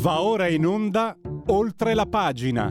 Va ora in onda Oltre la pagina.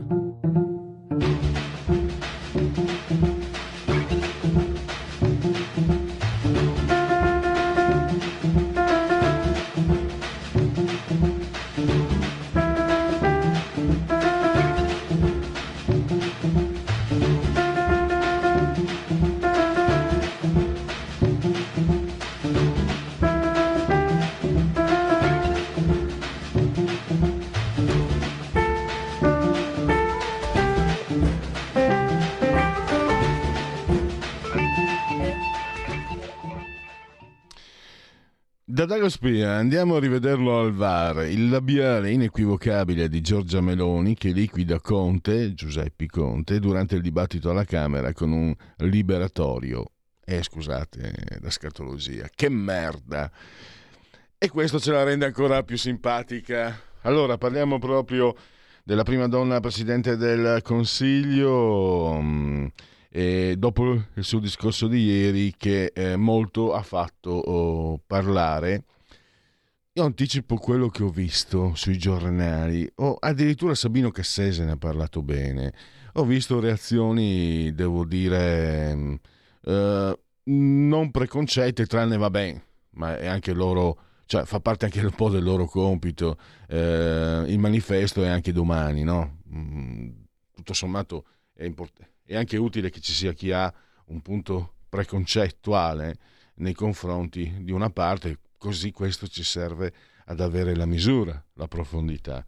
Da Dago Spia andiamo a rivederlo al VAR, il labiale inequivocabile di Giorgia Meloni che liquida Conte, Giuseppe Conte, durante il dibattito alla Camera con un liberatorio. Scusate la scatologia, che merda! E questo ce la rende ancora più simpatica. Allora, parliamo proprio della prima donna Presidente del Consiglio, e dopo il suo discorso di ieri che molto ha fatto parlare. Io anticipo quello che ho visto sui giornali, addirittura Sabino Cassese ne ha parlato bene. Ho visto reazioni, devo dire, non preconcette, tranne vabbè, ma è anche loro, cioè fa parte anche un po' del loro compito. Il manifesto è anche domani, no? Tutto sommato è anche utile che ci sia chi ha un punto preconcettuale nei confronti di una parte, così questo ci serve ad avere la misura, la profondità.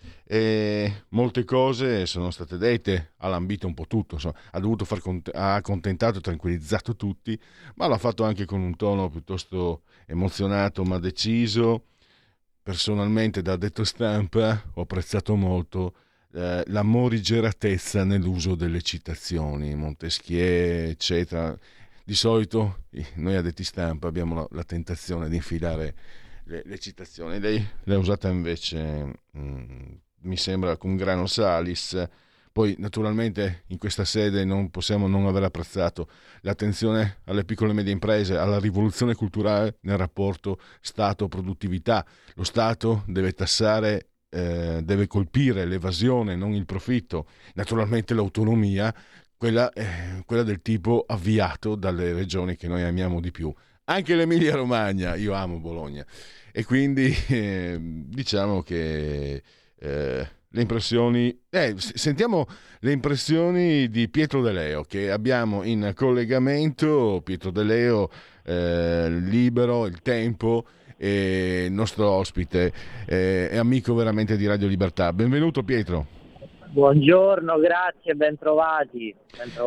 E molte cose sono state dette, ha lambito un po' tutto, insomma, ha accontentato e tranquillizzato tutti, ma l'ha fatto anche con un tono piuttosto emozionato ma deciso. Personalmente, da addetto stampa, ho apprezzato molto la morigeratezza nell'uso delle citazioni, Montesquieu, eccetera. Di solito noi addetti stampa abbiamo la tentazione di infilare le citazioni. Lei l'ha usata invece, mi sembra, con grano salis. Poi naturalmente in questa sede non possiamo non aver apprezzato l'attenzione alle piccole e medie imprese, alla rivoluzione culturale nel rapporto Stato-produttività. Lo Stato deve tassare, deve colpire l'evasione, non il profitto. Naturalmente l'autonomia, quella del tipo avviato dalle regioni che noi amiamo di più. Anche l'Emilia Romagna, io amo Bologna. E quindi diciamo che le impressioni, sentiamo le impressioni di Pietro De Leo, che abbiamo in collegamento. Pietro De Leo, libero, il tempo, il nostro ospite, è amico veramente di Radio Libertà. Benvenuto Pietro. Buongiorno, grazie, bentrovati.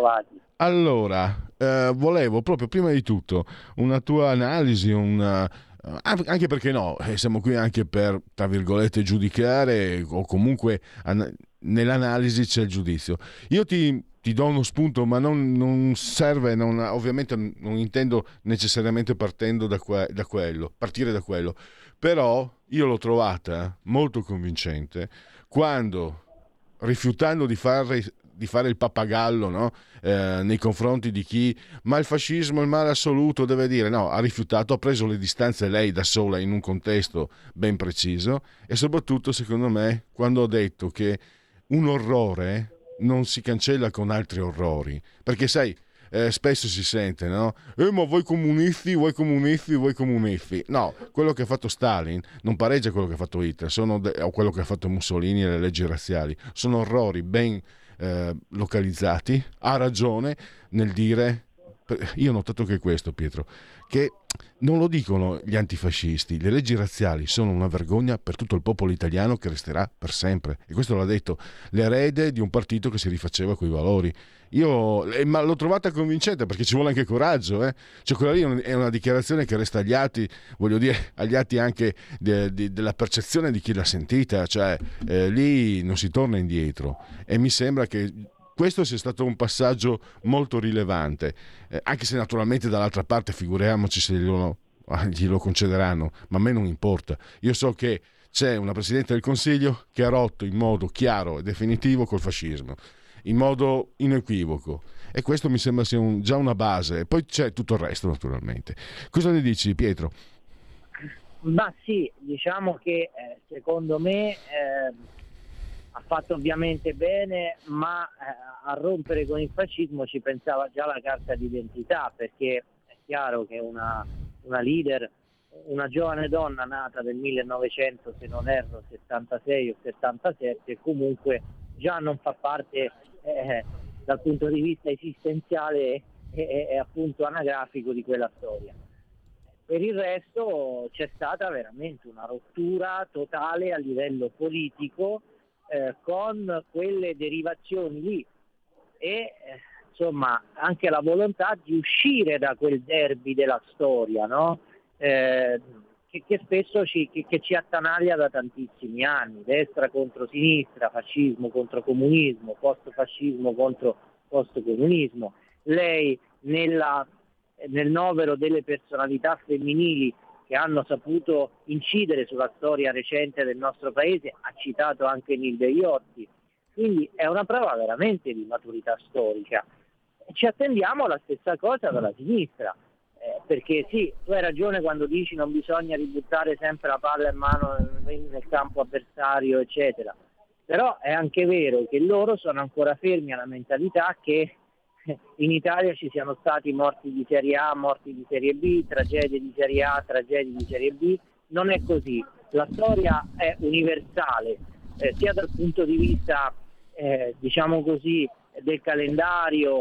Allora, volevo proprio prima di tutto una tua analisi, anche perché no, siamo qui anche per, tra virgolette, giudicare, o comunque nell'analisi c'è il giudizio. Io ti do uno spunto, ma non serve, ovviamente non intendo necessariamente partire da quello, però io l'ho trovata molto convincente quando, rifiutando di fare il pappagallo, no? Nei confronti di chi, ma il fascismo è il male assoluto, deve dire no, ha rifiutato, ha preso le distanze lei da sola in un contesto ben preciso, e soprattutto secondo me quando ho detto che un orrore non si cancella con altri orrori, perché sai, spesso si sente, no? Ma voi comunisti. No, quello che ha fatto Stalin non pareggia quello che ha fatto Hitler, o quello che ha fatto Mussolini e le leggi razziali. Sono orrori ben localizzati. Ha ragione nel dire. Io ho notato che questo, Pietro, che non lo dicono gli antifascisti, le leggi razziali sono una vergogna per tutto il popolo italiano che resterà per sempre, e questo l'ha detto l'erede di un partito che si rifaceva coi valori. Ma l'ho trovata convincente, perché ci vuole anche coraggio, cioè quella lì è una dichiarazione che resta agli atti, voglio dire, agli atti anche della percezione di chi l'ha sentita, cioè lì non si torna indietro, e mi sembra che questo sia stato un passaggio molto rilevante, anche se naturalmente dall'altra parte figuriamoci se glielo concederanno, ma a me non importa. Io so che c'è una Presidente del Consiglio che ha rotto in modo chiaro e definitivo col fascismo, in modo inequivoco, e questo mi sembra sia già una base, e poi c'è tutto il resto naturalmente. Cosa ne dici, Pietro? Ma sì, diciamo che secondo me ha fatto ovviamente bene, ma a rompere con il fascismo ci pensava già la carta d'identità, perché è chiaro che una leader, una giovane donna nata nel 1900, se non erro, 76 o 77, comunque già non fa parte dal punto di vista esistenziale e appunto anagrafico di quella storia. Per il resto c'è stata veramente una rottura totale a livello politico con quelle derivazioni lì e insomma anche la volontà di uscire da quel derby della storia, no? Che spesso che ci attanaglia da tantissimi anni, destra contro sinistra, fascismo contro comunismo, post-fascismo contro post-comunismo. Lei nel novero delle personalità femminili che hanno saputo incidere sulla storia recente del nostro paese ha citato anche Nilde Iotti, quindi è una prova veramente di maturità storica. Ci attendiamo la stessa cosa dalla sinistra, perché sì, tu hai ragione quando dici non bisogna ributtare sempre la palla in mano nel campo avversario, eccetera, però è anche vero che loro sono ancora fermi alla mentalità che in Italia ci siano stati morti di Serie A, morti di Serie B, tragedie di Serie A, tragedie di Serie B. Non è così. La storia è universale, sia dal punto di vista, diciamo così, del calendario,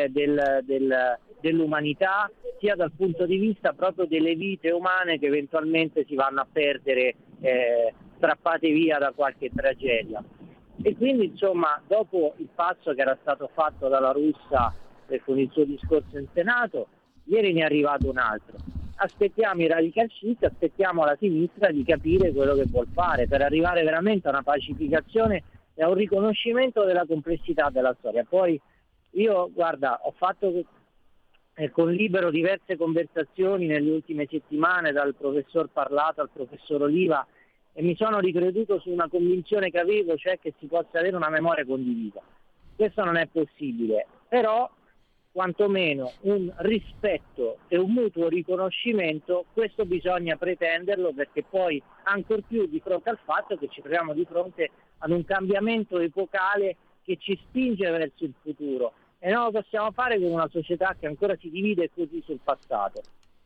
dell'umanità, sia dal punto di vista proprio delle vite umane che eventualmente si vanno a perdere strappate via da qualche tragedia. E quindi insomma dopo il passo che era stato fatto dalla Russa con il suo discorso in Senato, ieri ne è arrivato un altro. Aspettiamo i radical chic, aspettiamo la sinistra di capire quello che vuol fare per arrivare veramente a una pacificazione e a un riconoscimento della complessità della storia. Poi io guarda, ho fatto con Libero diverse conversazioni nelle ultime settimane, dal professor Parlato al professor Oliva, e mi sono ricreduto su una convinzione che avevo, cioè che si possa avere una memoria condivisa. Questo non è possibile, però quantomeno un rispetto e un mutuo riconoscimento, questo bisogna pretenderlo, perché poi ancor più di fronte al fatto che ci troviamo di fronte ad un cambiamento epocale che ci spinge verso il futuro e non lo possiamo fare con una società che ancora si divide così sul passato.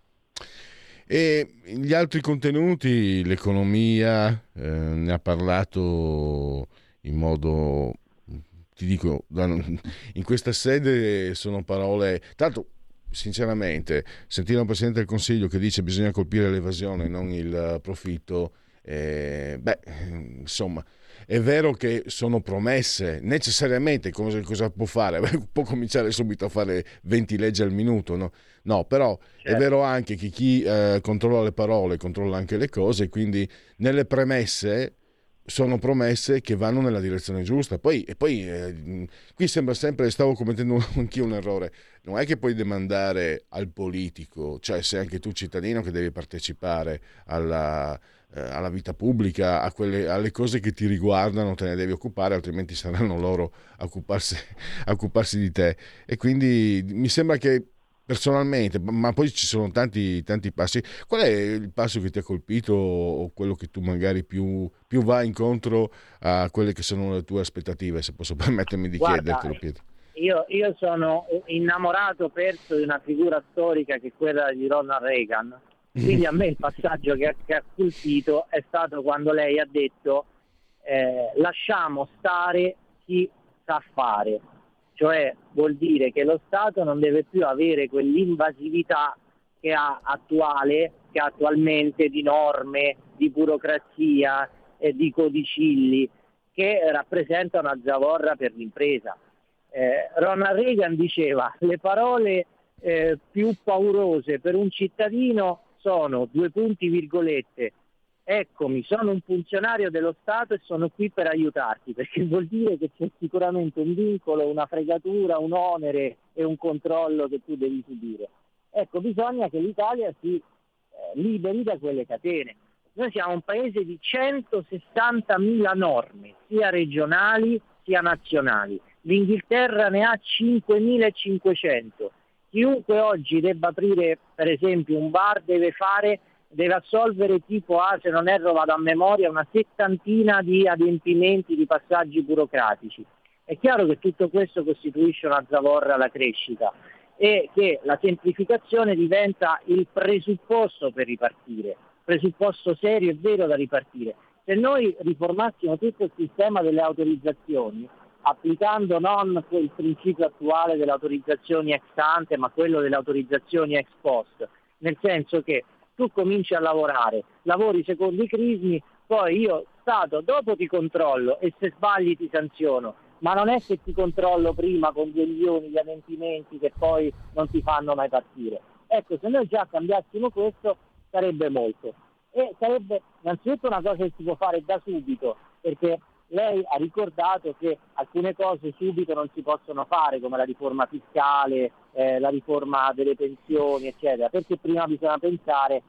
E gli altri contenuti, l'economia, ne ha parlato in modo, ti dico, in questa sede sono parole, tanto sinceramente, sentire un Presidente del Consiglio che dice bisogna colpire l'evasione, non il profitto, insomma, è vero che sono promesse, necessariamente cosa può fare? Può cominciare subito a fare 20 leggi al minuto, no? No, però certo. È vero anche che chi controlla le parole controlla anche le cose, quindi nelle premesse sono promesse che vanno nella direzione giusta. Poi qui sembra sempre, stavo commettendo anch'io un errore, non è che puoi demandare al politico, cioè sei anche tu cittadino che devi partecipare alla vita pubblica, alle cose che ti riguardano, te ne devi occupare, altrimenti saranno loro a occuparsi di te. E quindi mi sembra che personalmente, ma poi ci sono tanti passi. Qual è il passo che ti ha colpito o quello che tu magari più va incontro a quelle che sono le tue aspettative, se posso permettermi di chiedertelo, Pietro? Io sono innamorato perso di una figura storica che è quella di Ronald Reagan. Quindi a me il passaggio che ha colpito è stato quando lei ha detto lasciamo stare chi sa fare, cioè vuol dire che lo Stato non deve più avere quell'invasività che ha attualmente di norme, di burocrazia e di codicilli che rappresentano una zavorra per l'impresa. Ronald Reagan diceva le parole più paurose per un cittadino sono eccomi, sono un funzionario dello Stato e sono qui per aiutarti, perché vuol dire che c'è sicuramente un vincolo, una fregatura, un onere e un controllo che tu devi subire. Ecco, bisogna che l'Italia si liberi da quelle catene. Noi siamo un paese di 160.000 norme, sia regionali sia nazionali. L'Inghilterra ne ha 5.500. Chiunque oggi debba aprire per esempio un bar deve fare deve assolvere tipo se non erro vado a memoria, una settantina di adempimenti, di passaggi burocratici. È chiaro che tutto questo costituisce una zavorra alla crescita e che la semplificazione diventa il presupposto per ripartire, presupposto serio e vero da ripartire. Se noi riformassimo tutto il sistema delle autorizzazioni, applicando non il principio attuale delle autorizzazioni ex ante, ma quello delle autorizzazioni ex post, nel senso che tu cominci a lavorare, lavori secondo i crismi, poi io Stato dopo ti controllo e se sbagli ti sanziono, ma non è che ti controllo prima con 2 milioni di adempimenti che poi non ti fanno mai partire. Ecco, se noi già cambiassimo questo sarebbe molto. E sarebbe innanzitutto una cosa che si può fare da subito, perché lei ha ricordato che alcune cose subito non si possono fare, come la riforma fiscale, la riforma delle pensioni, eccetera, perché prima bisogna pensare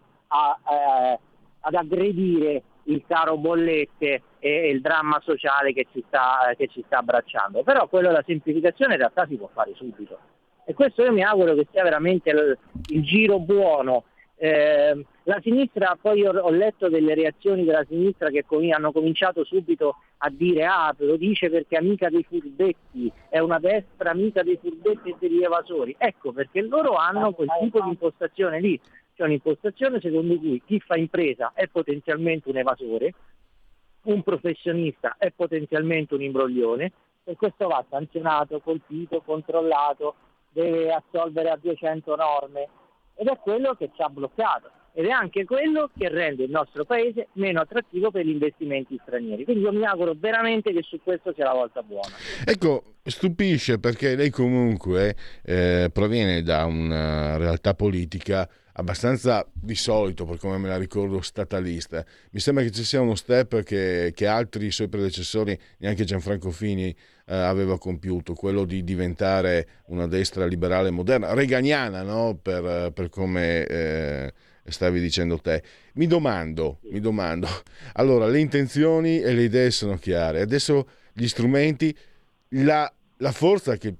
ad aggredire il caro bollette e il dramma sociale che ci sta abbracciando. Però quello della semplificazione in realtà si può fare subito. E questo io mi auguro che sia veramente il giro buono. La sinistra, poi ho letto delle reazioni della sinistra che hanno cominciato subito a dire lo dice perché è amica dei furbetti, è una destra amica dei furbetti e degli evasori. Ecco perché loro hanno quel tipo di impostazione lì, cioè un'impostazione secondo cui chi fa impresa è potenzialmente un evasore, un professionista è potenzialmente un imbroglione e questo va sanzionato, colpito, controllato, deve assolvere a 200 norme. Ed è quello che ci ha bloccato ed è anche quello che rende il nostro paese meno attrattivo per gli investimenti stranieri. Quindi io mi auguro veramente che su questo sia la volta buona. Ecco, stupisce perché lei comunque proviene da una realtà politica abbastanza di solito, per come me la ricordo, statalista. Mi sembra che ci sia uno step che altri suoi predecessori, neanche Gianfranco Fini, aveva compiuto, quello di diventare una destra liberale moderna, reganiana, no? Per come stavi dicendo te. Mi domando, allora le intenzioni e le idee sono chiare, adesso gli strumenti, la forza che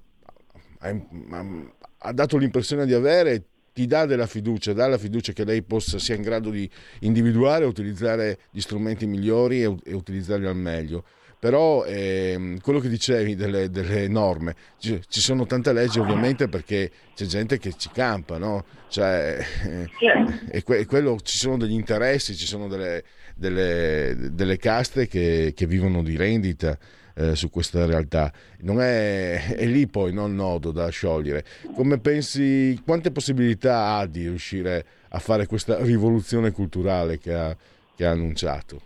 ha dato l'impressione di avere ti dà dà la fiducia che lei sia in grado di individuare e utilizzare gli strumenti migliori e utilizzarli al meglio. Però quello che dicevi delle norme, ci sono tante leggi ovviamente perché c'è gente che ci campa, no? Cioè, quello, ci sono degli interessi, ci sono delle caste che vivono di rendita su questa realtà. Non è lì poi non nodo da sciogliere. Come pensi, quante possibilità ha di riuscire a fare questa rivoluzione culturale che ha annunciato?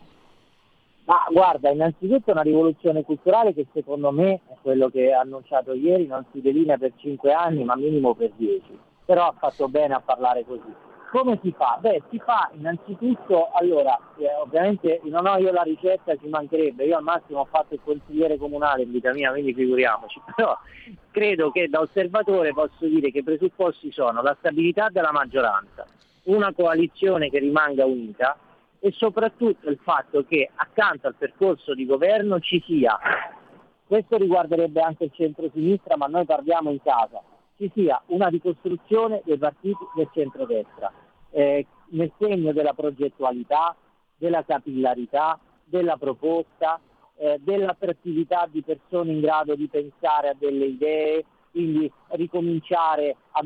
Ma guarda, innanzitutto una rivoluzione culturale che secondo me è quello che ha annunciato ieri, non si delinea per 5 anni ma minimo per 10, però ha fatto bene a parlare così. Come si fa? Si fa innanzitutto, allora, ovviamente non ho io la ricetta, ci mancherebbe, io al massimo ho fatto il consigliere comunale in vita mia, quindi figuriamoci, però credo che da osservatore posso dire che i presupposti sono la stabilità della maggioranza, una coalizione che rimanga unita, e soprattutto il fatto che accanto al percorso di governo ci sia, questo riguarderebbe anche il centro-sinistra, ma noi parliamo in casa, ci sia una ricostruzione dei partiti del centrodestra, nel segno della progettualità, della capillarità, della proposta, dell'attrattività di persone in grado di pensare a delle idee, quindi ricominciare a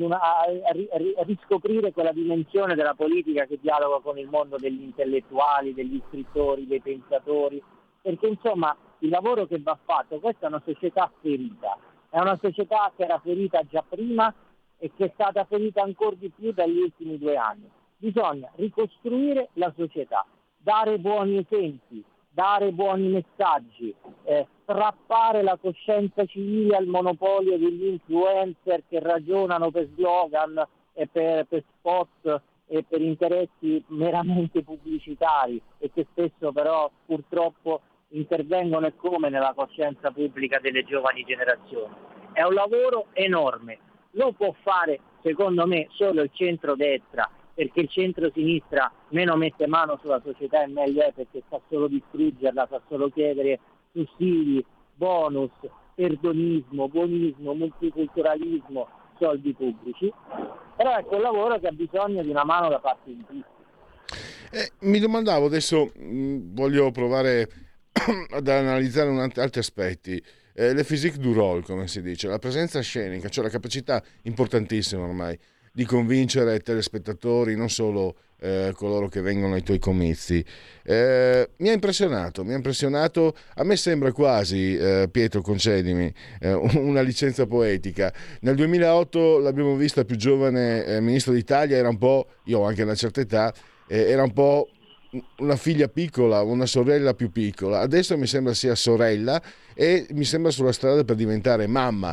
riscoprire quella dimensione della politica che dialoga con il mondo degli intellettuali, degli scrittori, dei pensatori, perché insomma il lavoro che va fatto, questa è una società ferita, è una società che era ferita già prima e che è stata ferita ancora di più dagli ultimi 2 anni. Bisogna ricostruire la società, dare buoni esempi, dare buoni messaggi, strappare la coscienza civile al monopolio degli influencer che ragionano per slogan e per spot e per interessi meramente pubblicitari e che spesso però purtroppo intervengono e come nella coscienza pubblica delle giovani generazioni. È un lavoro enorme, lo può fare secondo me solo il centrodestra, perché il centro-sinistra meno mette mano sulla società e meglio è, perché sa solo distruggerla, sa solo chiedere sussidi, bonus, perdonismo, buonismo, multiculturalismo, soldi pubblici. Però ecco un lavoro che ha bisogno di una mano da parte di tutti. Mi domandavo adesso, voglio provare ad analizzare altri aspetti. Le physique du rôle, come si dice, la presenza scenica, cioè la capacità importantissima ormai di convincere telespettatori, non solo coloro che vengono ai tuoi comizi. Mi ha impressionato, a me sembra quasi, Pietro, concedimi, una licenza poetica. Nel 2008 l'abbiamo vista più giovane ministro d'Italia, era un po', io ho anche una certa età, era un po' una figlia piccola, una sorella più piccola. Adesso mi sembra sia sorella e mi sembra sulla strada per diventare mamma,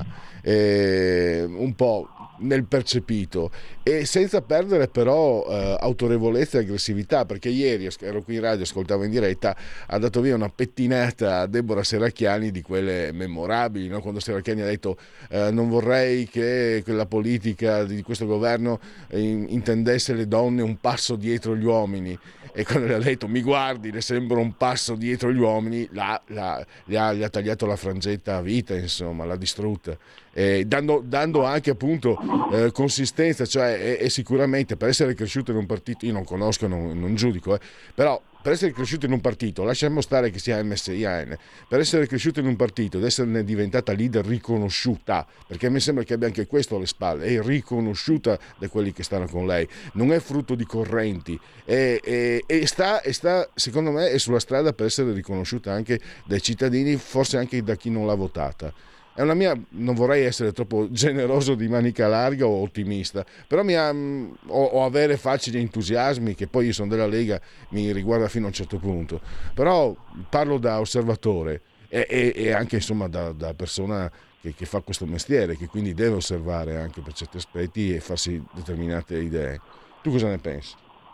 un po' nel percepito, e senza perdere però autorevolezza e aggressività, perché ieri ero qui in radio, ascoltavo in diretta, ha dato via una pettinata a Deborah Serracchiani di quelle memorabili, no? Quando Serracchiani ha detto non vorrei che la politica di questo governo intendesse le donne un passo dietro gli uomini, e quando le ha detto mi guardi, le sembra un passo dietro gli uomini, gli ha tagliato la frangetta a vita, insomma, l'ha distrutta, dando anche appunto consistenza, cioè e sicuramente per essere cresciuto in un partito, io non conosco, non giudico, però per essere cresciuto in un partito, lasciamo stare che sia MSIAN, per essere cresciuto in un partito ed esserne diventata leader riconosciuta, perché mi sembra che abbia anche questo alle spalle, è riconosciuta da quelli che stanno con lei, non è frutto di correnti, e sta, secondo me, è sulla strada per essere riconosciuta anche dai cittadini, forse anche da chi non l'ha votata. È una mia, non vorrei essere troppo generoso di manica larga o ottimista, però o avere facili entusiasmi, che poi io sono della Lega, mi riguarda fino a un certo punto, però parlo da osservatore e anche insomma da persona che fa questo mestiere, che quindi deve osservare anche per certi aspetti e farsi determinate idee. Tu cosa ne pensi?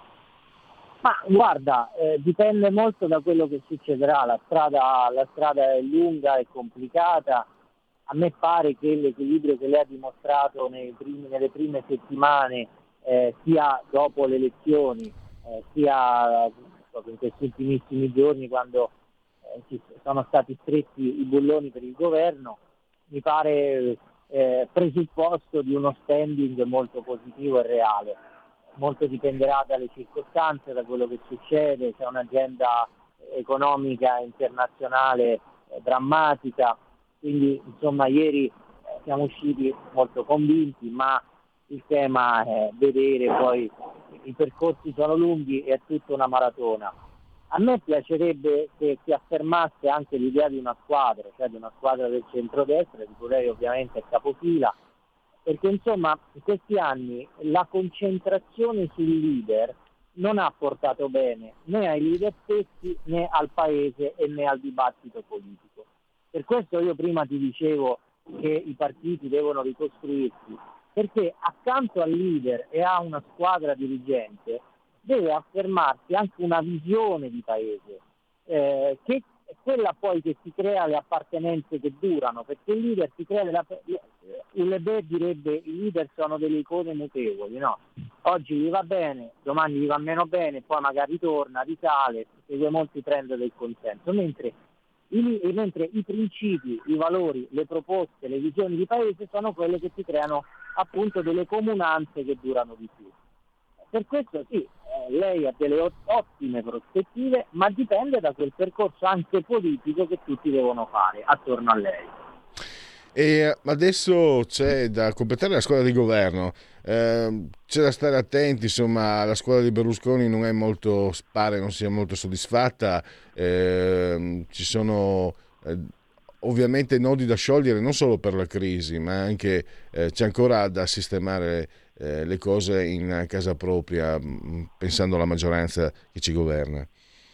Ma guarda, dipende molto da quello che succederà, la strada è lunga e complicata. A me pare che l'equilibrio che lei ha dimostrato nelle prime settimane, sia dopo le elezioni, sia proprio in questi ultimissimi giorni, quando ci sono stati stretti i bulloni per il governo, mi pare presupposto di uno standing molto positivo e reale. Molto dipenderà dalle circostanze, da quello che succede, c'è un'agenda economica internazionale drammatica. Quindi insomma ieri siamo usciti molto convinti, ma il tema è vedere, poi i percorsi sono lunghi e è tutta una maratona. A me piacerebbe che si affermasse anche l'idea di una squadra, cioè di una squadra del centrodestra, di cui lei ovviamente è capofila, perché insomma in questi anni la concentrazione sul leader non ha portato bene né ai leader stessi, né al paese e né al dibattito politico. Per questo io prima ti dicevo che i partiti devono ricostruirsi, perché accanto al leader e a una squadra dirigente deve affermarsi anche una visione di paese, che è quella poi che si crea le appartenenze che durano, perché il leader si crea Ulebe direbbe i leader sono delle icone mutevoli, no? Oggi gli va bene, domani gli va meno bene, poi magari torna, risale, segue molti trend del consenso, mentre i principi, i valori, le proposte, le visioni di paese sono quelle che si creano appunto delle comunanze che durano di più. Per questo sì, lei ha delle ottime prospettive, ma dipende da quel percorso anche politico che tutti devono fare attorno a lei. E adesso c'è da completare la squadra di governo, c'è da stare attenti, insomma, la squadra di Berlusconi non è molto, pare non sia molto soddisfatta, ci sono ovviamente nodi da sciogliere non solo per la crisi, ma anche c'è ancora da sistemare le cose in casa propria, pensando alla maggioranza che ci governa.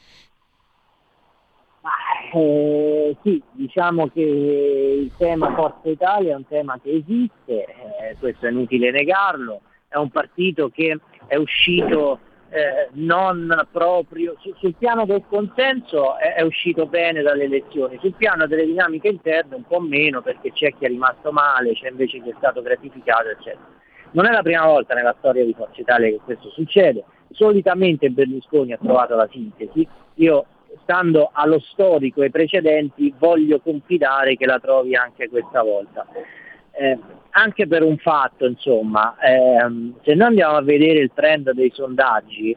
Sì, diciamo che il tema Forza Italia è un tema che esiste, questo è inutile negarlo, è un partito che è uscito non proprio sul piano del consenso, è uscito bene dalle elezioni, sul piano delle dinamiche interne un po' meno, perché c'è chi è rimasto male, c'è invece chi è stato gratificato, eccetera. Non è la prima volta nella storia di Forza Italia che questo succede, solitamente Berlusconi ha trovato la sintesi, io stando allo storico e ai precedenti voglio confidare che la trovi anche questa volta, anche per un fatto, insomma, se noi andiamo a vedere il trend dei sondaggi,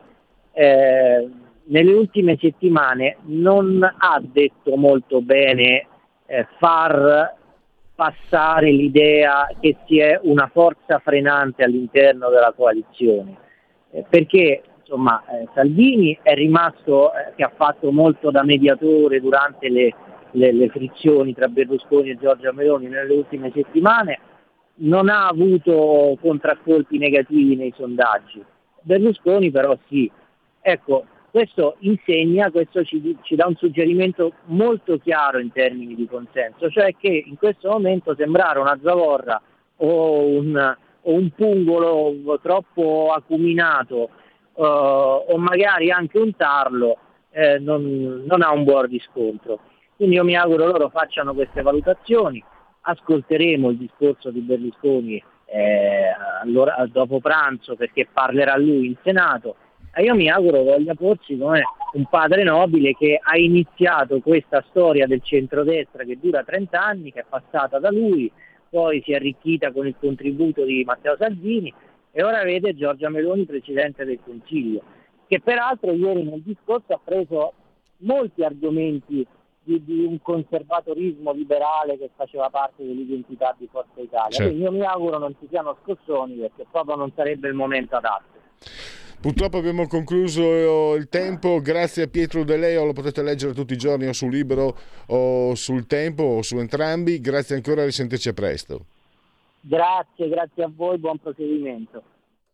nelle ultime settimane non ha detto molto bene far passare l'idea che si è una forza frenante all'interno della coalizione, perché insomma Salvini è rimasto che ha fatto molto da mediatore durante le frizioni tra Berlusconi e Giorgia Meloni nelle ultime settimane, non ha avuto contraccolpi negativi nei sondaggi. Berlusconi però sì. Ecco, questo ci dà un suggerimento molto chiaro in termini di consenso, cioè che in questo momento sembrare una zavorra o un pungolo troppo acuminato o magari anche un tarlo non ha un buon riscontro. Quindi io mi auguro loro facciano queste valutazioni, ascolteremo il discorso di Berlusconi allora, dopo pranzo, perché parlerà lui in Senato. E io mi auguro voglia porsi come un padre nobile che ha iniziato questa storia del centrodestra che dura 30 anni, che è passata da lui, poi si è arricchita con il contributo di Matteo Salvini e ora vede Giorgia Meloni Presidente del Consiglio, che peraltro ieri nel discorso ha preso molti argomenti di un conservatorismo liberale che faceva parte dell'identità di Forza Italia. Certo. Quindi io mi auguro non ci siano scossoni, perché proprio non sarebbe il momento adatto. Purtroppo abbiamo concluso il tempo. Grazie a Pietro De Leo, lo potete leggere tutti i giorni o su Libero o sul Tempo o su entrambi. Grazie ancora, risentirci a presto. Grazie a voi, buon proseguimento.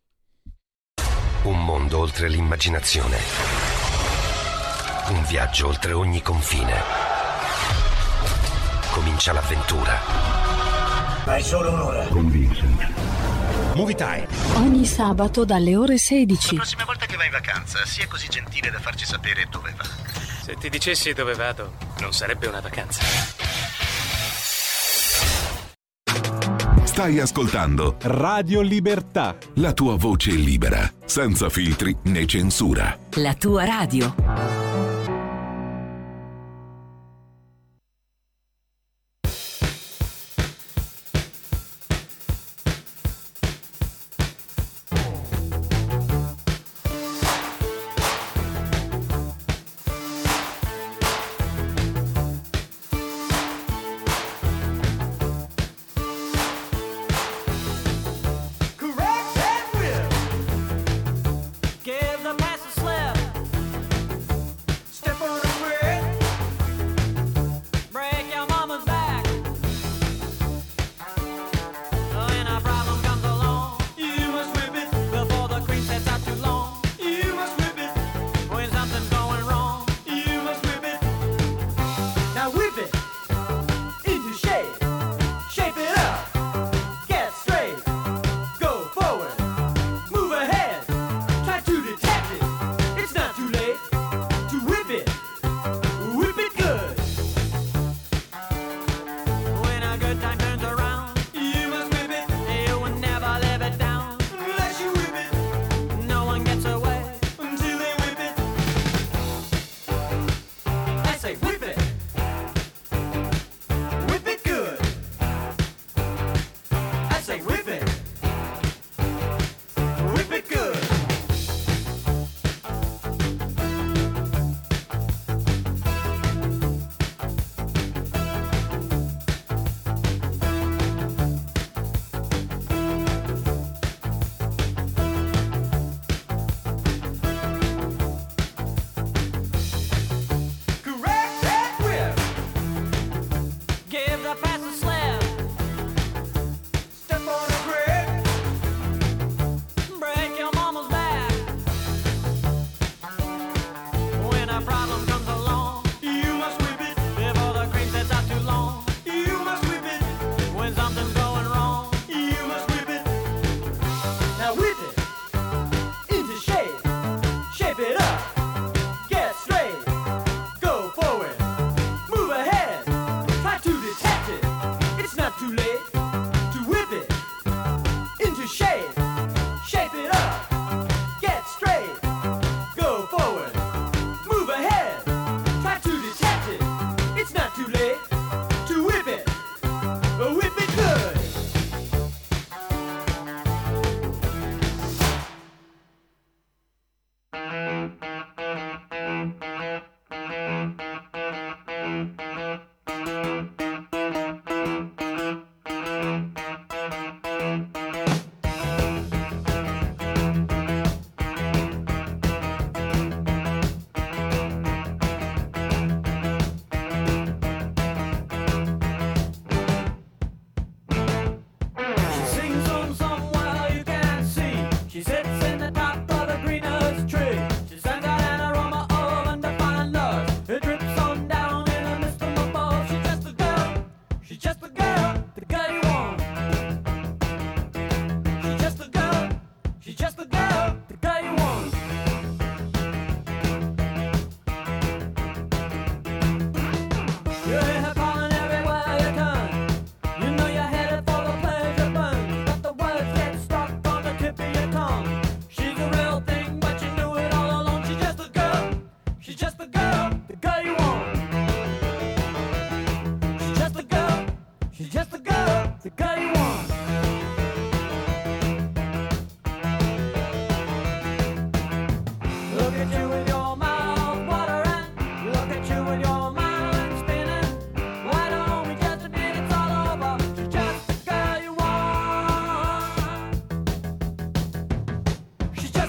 Un mondo oltre l'immaginazione, un viaggio oltre ogni confine. Comincia l'avventura. Hai solo un'ora Con Vincent. Movie Time. Ogni sabato dalle ore 16. La prossima volta che vai in vacanza, sia così gentile da farci sapere dove va. Se ti dicessi dove vado, non sarebbe una vacanza. Stai ascoltando Radio Libertà. la tua voce libera, senza filtri né censura. La tua radio.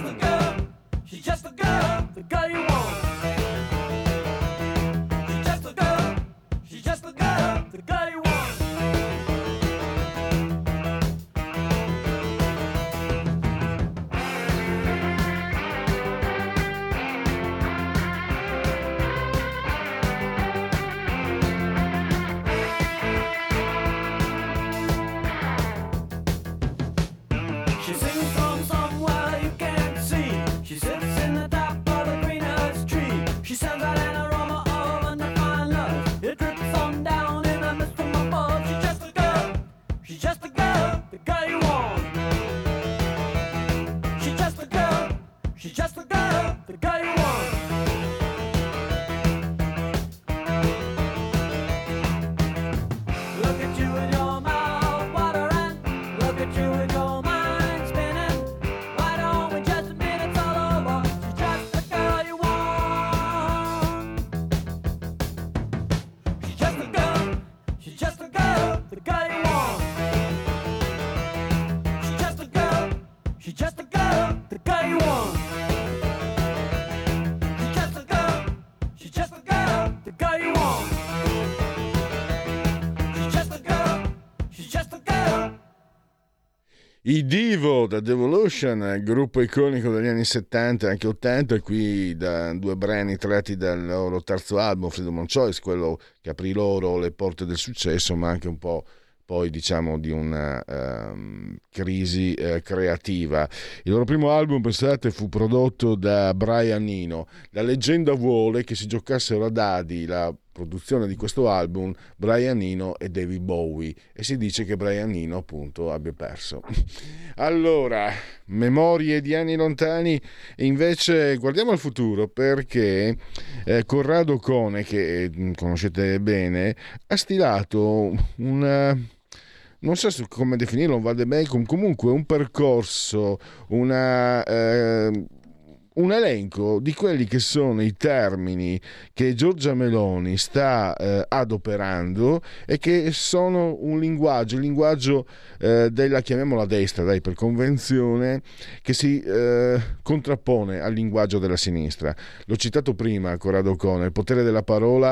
a girl, she's just a girl, the girl you want. She's just a girl, she's just a girl, the girl you want. She sings from somewhere you can't see. She sits in the top of the greenest tree. She sends out an aroma of undefined love. It drips on down in the mist from above. She's just a girl. She's just a girl, the girl you want. She's just a girl. She's just a girl, the girl you want. Look at you with your mouth watering. Look at you with your mind spinning. Why don't we just admit it's all over? She's just the girl you want. She's just a girl. She's just a girl, the girl you want. She's just a girl. She's just a girl, the girl you want. She's just a girl. She's just a girl, the girl you want. She's just a girl. She's just a girl. I Divo da Devolution, gruppo iconico degli anni 70 e anche 80, qui da due brani tratti dal loro terzo album Freedom of Choice, quello che aprì loro le porte del successo, ma anche un po' poi diciamo di una crisi creativa. Il loro primo album, pensate, fu prodotto da Brian Eno. La leggenda vuole che si giocassero a dadi la produzione di questo album Brian Eno e David Bowie, e si dice che Brian Eno appunto abbia perso. Allora, memorie di anni lontani, e invece guardiamo al futuro, perché Corrado Cone, che conoscete bene, ha stilato non so come definirlo, un vademecum, comunque un percorso, un elenco di quelli che sono i termini che Giorgia Meloni sta adoperando e che sono un linguaggio, il linguaggio della, chiamiamola destra, dai, per convenzione, che si contrappone al linguaggio della sinistra. L'ho citato prima, Corrado Cone, il potere della parola.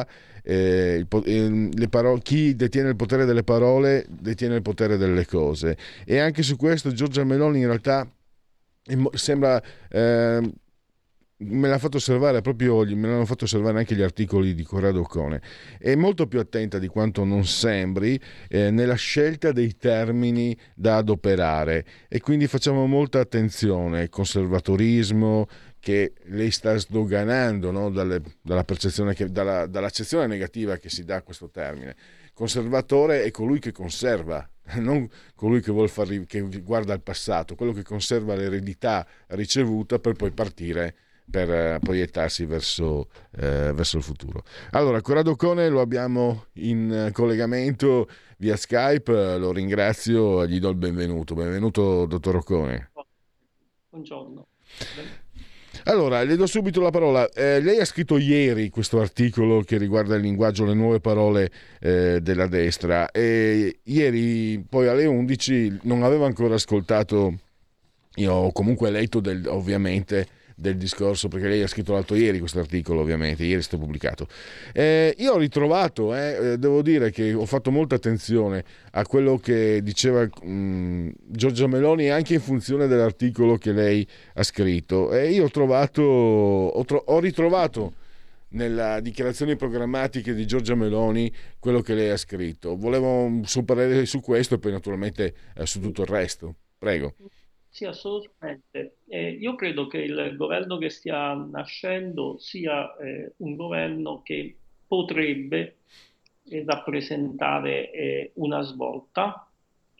Chi detiene il potere delle parole detiene il potere delle cose, e anche su questo Giorgia Meloni in realtà sembra me l'ha fatto osservare proprio oggi, me l'hanno fatto osservare anche gli articoli di Corrado Cone, è molto più attenta di quanto non sembri nella scelta dei termini da adoperare, e quindi facciamo molta attenzione. Conservatorismo, che lei sta sdoganando, no? dalla percezione dall'accezione negativa che si dà a questo termine. Conservatore è colui che conserva, non colui che che guarda al passato, quello che conserva l'eredità ricevuta per poi partire, per proiettarsi verso il futuro. Allora, Corrado Cone lo abbiamo in collegamento via Skype, lo ringrazio e gli do il benvenuto. Benvenuto, dottor Ocone. Buongiorno. Allora, le do subito la parola. Lei ha scritto ieri questo articolo che riguarda il linguaggio, le nuove parole della destra, e ieri poi alle 11 non avevo ancora ascoltato, io ho comunque letto ovviamente del discorso, perché lei ha scritto l'altro ieri questo articolo, ovviamente, ieri è stato pubblicato. Io ho ritrovato, devo dire che ho fatto molta attenzione a quello che diceva Giorgia Meloni, anche in funzione dell'articolo che lei ha scritto, e io ho ritrovato nelle dichiarazioni programmatiche di Giorgia Meloni quello che lei ha scritto. Volevo un suo parere su questo e poi naturalmente su tutto il resto. Prego. Sì, assolutamente. Io credo che il governo che stia nascendo sia un governo che potrebbe rappresentare una svolta.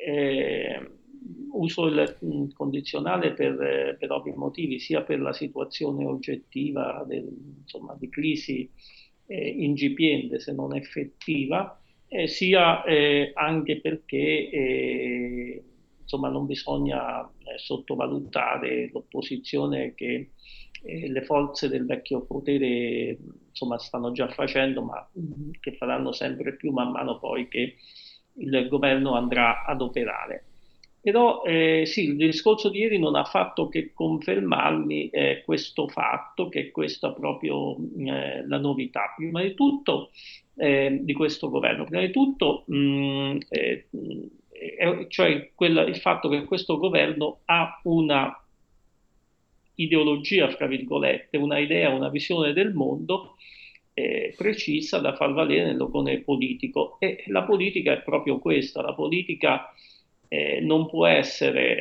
Uso il condizionale per ovvi motivi, sia per la situazione oggettiva di crisi incipiente, se non effettiva, sia anche perché non bisogna sottovalutare l'opposizione che le forze del vecchio potere stanno già facendo, ma che faranno sempre più man mano poi che il governo andrà ad operare. Però sì, il discorso di ieri non ha fatto che confermarmi questo fatto, che questa proprio la novità. Prima di tutto di questo governo, prima di tutto cioè il fatto che questo governo ha una ideologia, fra virgolette, una idea, una visione del mondo precisa da far valere nell'opone politico. E la politica è proprio questa, la politica non può essere,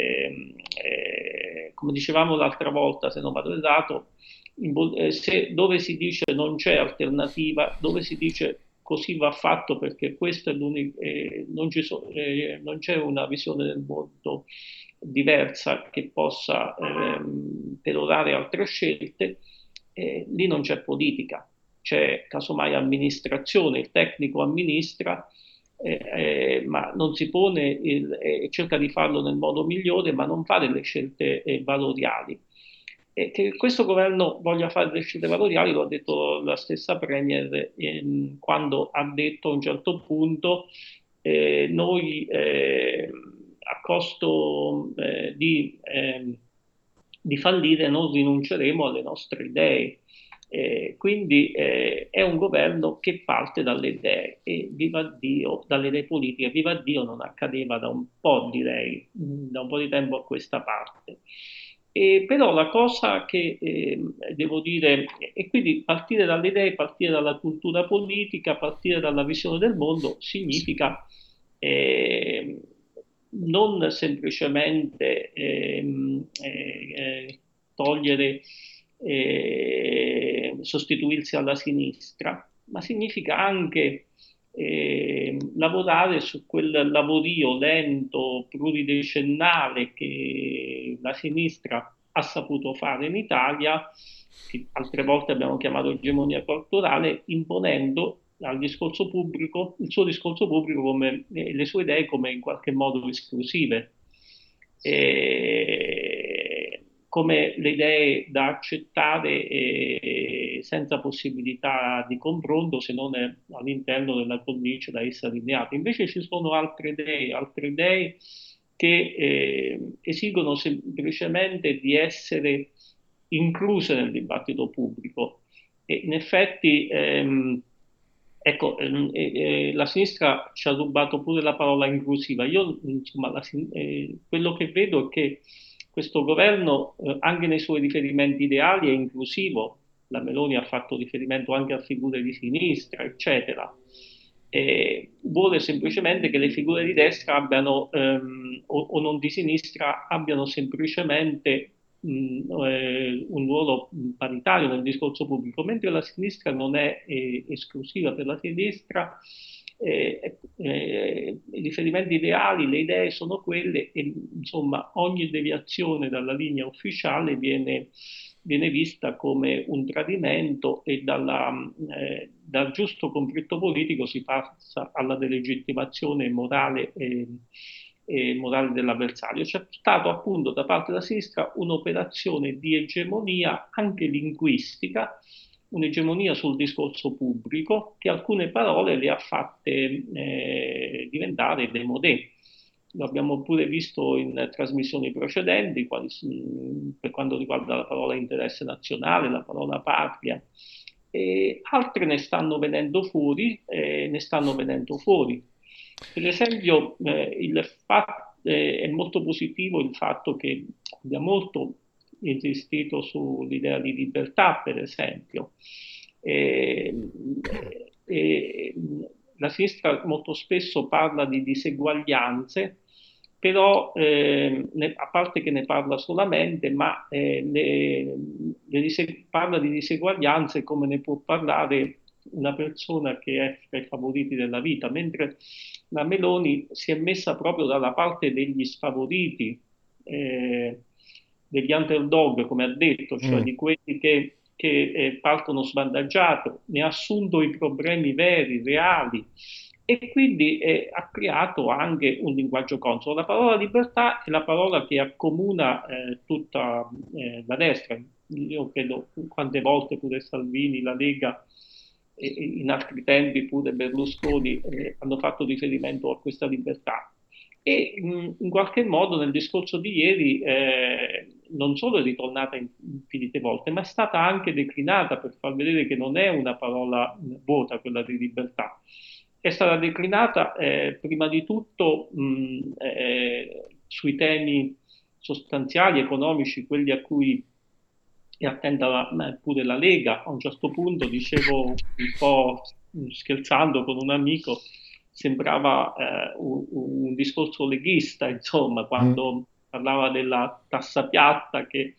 come dicevamo l'altra volta, se non vado errato, dove si dice non c'è alternativa, dove si dice così va fatto perché questo è l'unico, non c'è una visione del mondo diversa che possa perorare altre scelte, lì non c'è politica, c'è casomai amministrazione, il tecnico amministra, ma non si pone, cerca di farlo nel modo migliore, ma non fa delle scelte valoriali. E che questo governo voglia fare delle scelte valoriali lo ha detto la stessa Premier quando ha detto a un certo punto noi a costo di fallire non rinunceremo alle nostre idee. Quindi è un governo che parte dalle idee e viva Dio, dalle idee politiche, viva Dio non accadeva da un po', direi, da un po' di tempo a questa parte. Però la cosa che devo dire, e quindi partire dalle idee, partire dalla cultura politica, partire dalla visione del mondo significa non semplicemente togliere, sostituirsi alla sinistra, ma significa anche lavorare su quel lavorio lento, pluridecennale che la sinistra ha saputo fare in Italia, che altre volte abbiamo chiamato egemonia culturale, imponendo al discorso pubblico, il suo discorso pubblico come le sue idee come in qualche modo esclusive, come le idee da accettare senza possibilità di confronto se non all'interno della cornice da essa allineata. Invece ci sono altre idee che esigono semplicemente di essere incluse nel dibattito pubblico. E in effetti ecco, la sinistra ci ha rubato pure la parola inclusiva. Io, insomma, quello che vedo è che questo governo, anche nei suoi riferimenti ideali, è inclusivo. La Meloni ha fatto riferimento anche a figure di sinistra, eccetera. Vuole semplicemente che le figure di destra abbiano, o non di sinistra, abbiano semplicemente un ruolo paritario nel discorso pubblico, mentre la sinistra non è esclusiva. Per la sinistra i riferimenti ideali, le idee sono quelle e insomma ogni deviazione dalla linea ufficiale viene vista come un tradimento e dal giusto conflitto politico si passa alla delegittimazione morale morale dell'avversario. C'è stato appunto da parte della sinistra un'operazione di egemonia anche linguistica, un'egemonia sul discorso pubblico che alcune parole le ha fatte diventare démodé. Lo abbiamo pure visto in trasmissioni precedenti per quanto riguarda la parola interesse nazionale, la parola patria. Altre ne stanno venendo fuori. Per esempio è molto positivo il fatto che abbia molto insistito sull'idea di libertà, per esempio. La sinistra molto spesso parla di diseguaglianze, però a parte che ne parla solamente, ma parla di diseguaglianze come ne può parlare una persona che è fra i favoriti della vita, mentre la Meloni si è messa proprio dalla parte degli sfavoriti, degli underdog, come ha detto, cioè di quelli che partono svantaggiati, ne ha assunto i problemi veri, reali, e quindi ha creato anche un linguaggio consono. La parola libertà è la parola che accomuna tutta la destra. Io credo quante volte pure Salvini, la Lega, in altri tempi pure Berlusconi hanno fatto riferimento a questa libertà. E in qualche modo nel discorso di ieri non solo è ritornata infinite volte, ma è stata anche declinata per far vedere che non è una parola vuota quella di libertà. È stata declinata prima di tutto sui temi sostanziali, economici, quelli a cui è attenta pure la Lega. A un certo punto dicevo un po' scherzando con un amico, sembrava un discorso leghista, insomma, quando parlava della tassa piatta che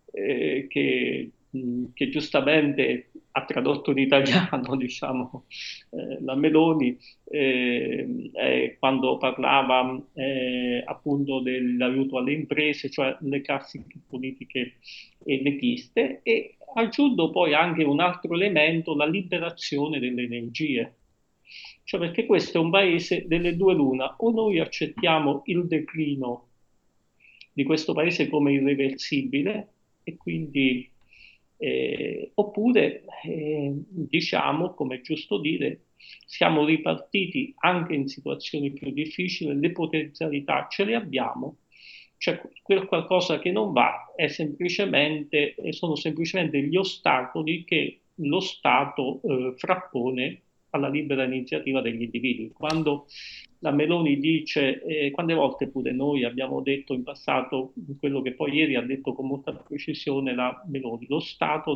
giustamente ha tradotto in italiano, diciamo, la Meloni, quando parlava appunto dell'aiuto alle imprese, cioè le classiche politiche leghiste, e aggiungo poi anche un altro elemento, la liberazione delle energie. Cioè, perché questo è un paese delle due l'una: o noi accettiamo il declino di questo paese come irreversibile, e quindi oppure diciamo, come è giusto dire, siamo ripartiti anche in situazioni più difficili, le potenzialità ce le abbiamo, cioè quel qualcosa che non va sono semplicemente gli ostacoli che lo Stato frappone alla libera iniziativa degli individui. Quando la Meloni dice, quante volte pure noi abbiamo detto in passato quello che poi ieri ha detto con molta precisione la Meloni: lo Stato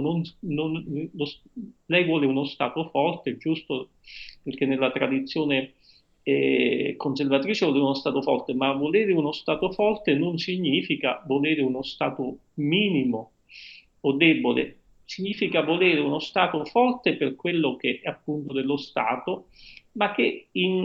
lei vuole uno Stato forte, giusto, perché nella tradizione conservatrice vuole uno Stato forte, ma volere uno Stato forte non significa volere uno Stato minimo o debole. Significa volere uno Stato forte per quello che è appunto dello Stato, ma che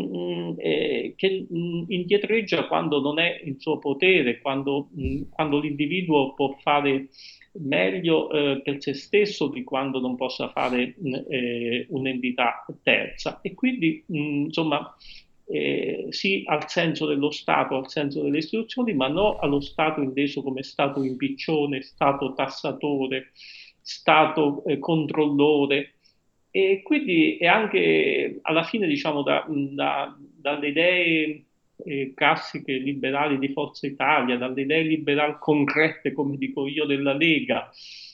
indietreggia quando non è il suo potere, quando l'individuo può fare meglio per se stesso di quando non possa fare un'entità terza. E quindi, insomma, sì al senso dello Stato, al senso delle istituzioni, ma no allo Stato inteso come Stato impiccione, Stato tassatore, Stato controllore. E quindi è anche alla fine, diciamo, dalle idee classiche liberali di Forza Italia, dalle idee liberal concrete, come dico io, della Lega,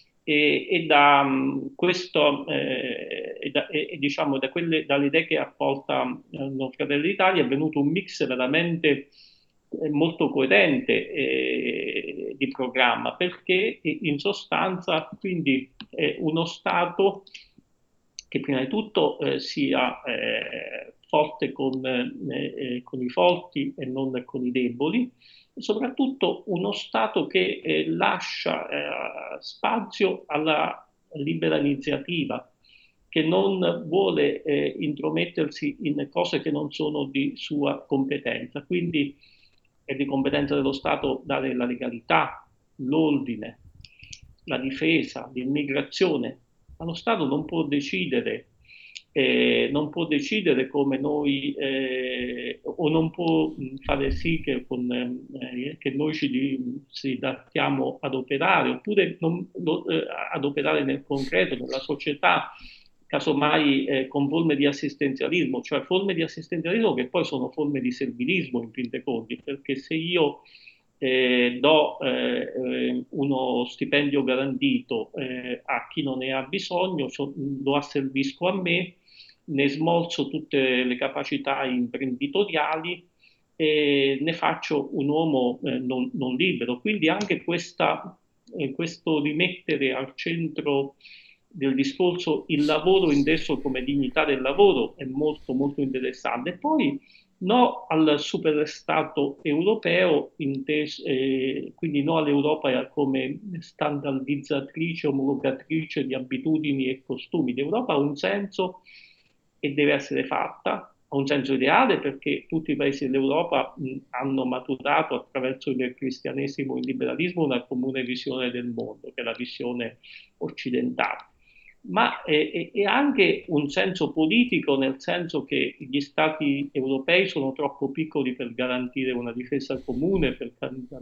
diciamo dalle idee che apporta Fratelli d'Italia, è venuto un mix veramente molto coerente di programma, perché in sostanza quindi uno Stato che prima di tutto sia forte con i forti e non con i deboli, e soprattutto uno Stato che lascia spazio alla libera iniziativa, che non vuole intromettersi in cose che non sono di sua competenza. Quindi è di competenza dello Stato dare la legalità, l'ordine, la difesa, l'immigrazione. Ma lo Stato non può decidere come noi, o non può fare sì che noi ci adattiamo ad operare, oppure ad operare nel concreto, nella società, casomai con forme di assistenzialismo, cioè forme di assistenzialismo che poi sono forme di servilismo in fin dei conti, perché se io do uno stipendio garantito a chi non ne ha bisogno, lo asservisco a me, ne smorzo tutte le capacità imprenditoriali e ne faccio un uomo non libero. Quindi anche questo rimettere al centro del discorso il lavoro inteso come dignità del lavoro è molto molto interessante. E poi no al superstato europeo, quindi no all'Europa come standardizzatrice, omologatrice di abitudini e costumi. L'Europa ha un senso e deve essere fatta, ha un senso ideale, perché tutti i paesi dell'Europa hanno maturato attraverso il cristianesimo e il liberalismo una comune visione del mondo, che è la visione occidentale. Ma è anche un senso politico, nel senso che gli stati europei sono troppo piccoli per garantire una difesa comune, per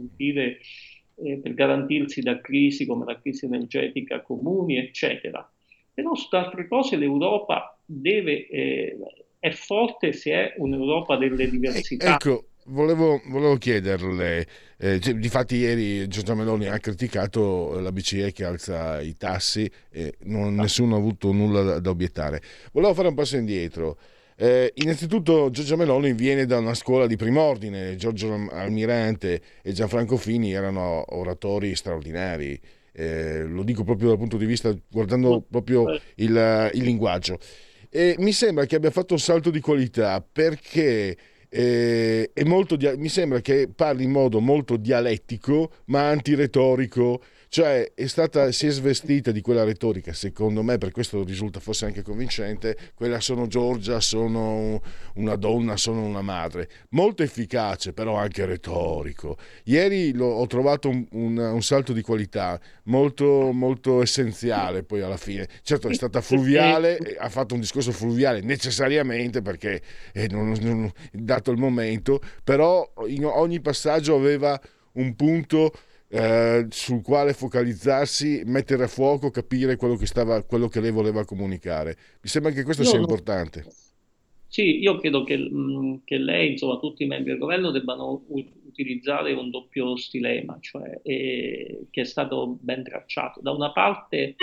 garantirsi da crisi come la crisi energetica comuni, eccetera. Però su altre cose l'Europa è forte se è un'Europa delle diversità. Ecco, volevo chiederle, difatti ieri Giorgia Meloni ha criticato la BCE che alza i tassi e nessuno ha avuto nulla da obiettare. Volevo fare un passo indietro. Innanzitutto Giorgia Meloni viene da una scuola di prim'ordine, Giorgio Almirante e Gianfranco Fini erano oratori straordinari. Lo dico proprio dal punto di vista, guardando proprio il linguaggio. E mi sembra che abbia fatto un salto di qualità perché mi sembra che parli in modo molto dialettico ma antiretorico, cioè si è svestita di quella retorica, secondo me per questo risulta forse anche convincente, quella sono Giorgia, sono una donna, sono una madre, molto efficace però anche retorico. Ieri ho trovato un salto di qualità molto, molto essenziale poi alla fine, certo è stata fluviale, ha fatto un discorso fluviale necessariamente perché dato il momento, però in ogni passaggio aveva un punto sul quale focalizzarsi, mettere a fuoco, capire quello che lei voleva comunicare. Mi sembra che questo sia importante. Sì, io credo che lei, insomma, tutti i membri del governo debbano utilizzare un doppio stilema, cioè che è stato ben tracciato. Da una parte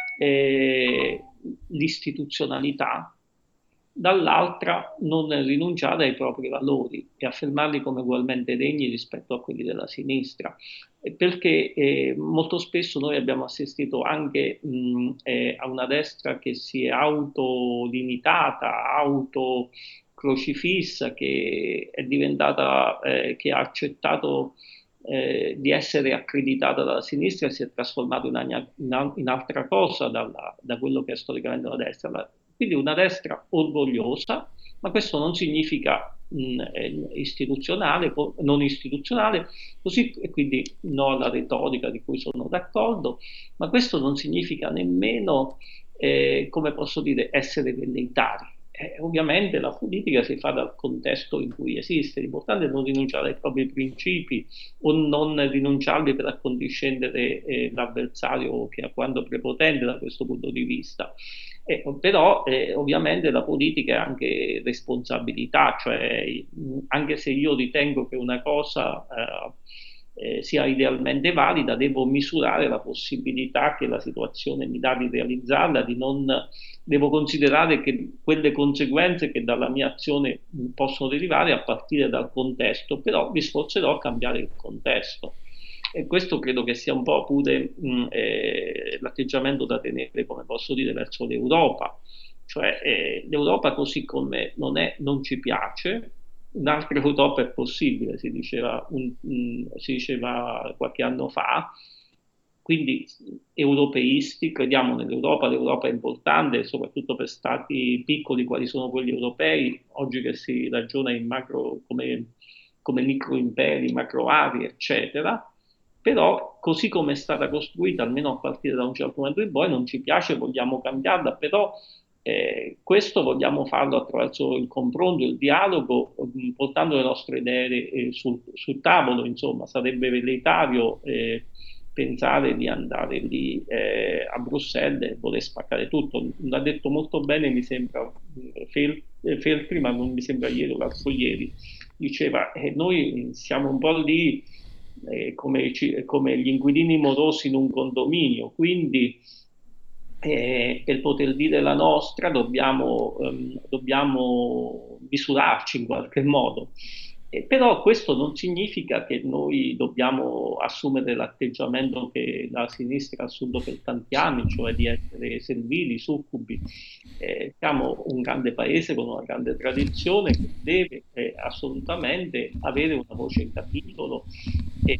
l'istituzionalità, dall'altra non rinunciare ai propri valori e affermarli come ugualmente degni rispetto a quelli della sinistra, perché molto spesso noi abbiamo assistito anche a una destra che si è autolimitata, autocrocifissa, che è diventata, che ha accettato di essere accreditata dalla sinistra e si è trasformato in altra cosa da quello che è storicamente la destra. Quindi una destra orgogliosa, ma questo non significa non istituzionale, così, e quindi no alla retorica di cui sono d'accordo, ma questo non significa nemmeno, come posso dire, essere velleitari. Ovviamente la politica si fa dal contesto in cui esiste, l'importante è non rinunciare ai propri principi o non rinunciarli per accondiscendere l'avversario che a quanto prepotente da questo punto di vista. Però ovviamente la politica è anche responsabilità, cioè anche se io ritengo che una cosa sia idealmente valida, devo misurare la possibilità che la situazione mi dà di realizzarla, devo considerare che quelle conseguenze che dalla mia azione possono derivare a partire dal contesto, però mi sforzerò a cambiare il contesto. E questo credo che sia un po' pure l'atteggiamento da tenere, come posso dire, verso l'Europa. Cioè l'Europa così come non ci piace, un'altra Europa è possibile, si diceva qualche anno fa. Quindi europeisti, crediamo nell'Europa, l'Europa è importante, soprattutto per stati piccoli quali sono quelli europei, oggi che si ragiona in macro come microimperi, macro aree, eccetera. Però così come è stata costruita, almeno a partire da un certo momento in poi, non ci piace, vogliamo cambiarla, però questo vogliamo farlo attraverso il confronto, il dialogo, portando le nostre idee sul tavolo. Insomma, sarebbe velleitario pensare di andare lì a Bruxelles e voler spaccare tutto. L'ha detto molto bene, mi sembra, Feltri, ma non mi sembra ieri o l'altro ieri, diceva noi siamo un po' lì come gli inquilini morosi in un condominio, quindi per poter dire la nostra dobbiamo misurarci in qualche modo. Però questo non significa che noi dobbiamo assumere l'atteggiamento che la sinistra ha assunto per tanti anni, cioè di essere servili, succubi. Siamo un grande paese con una grande tradizione che deve assolutamente avere una voce in capitolo e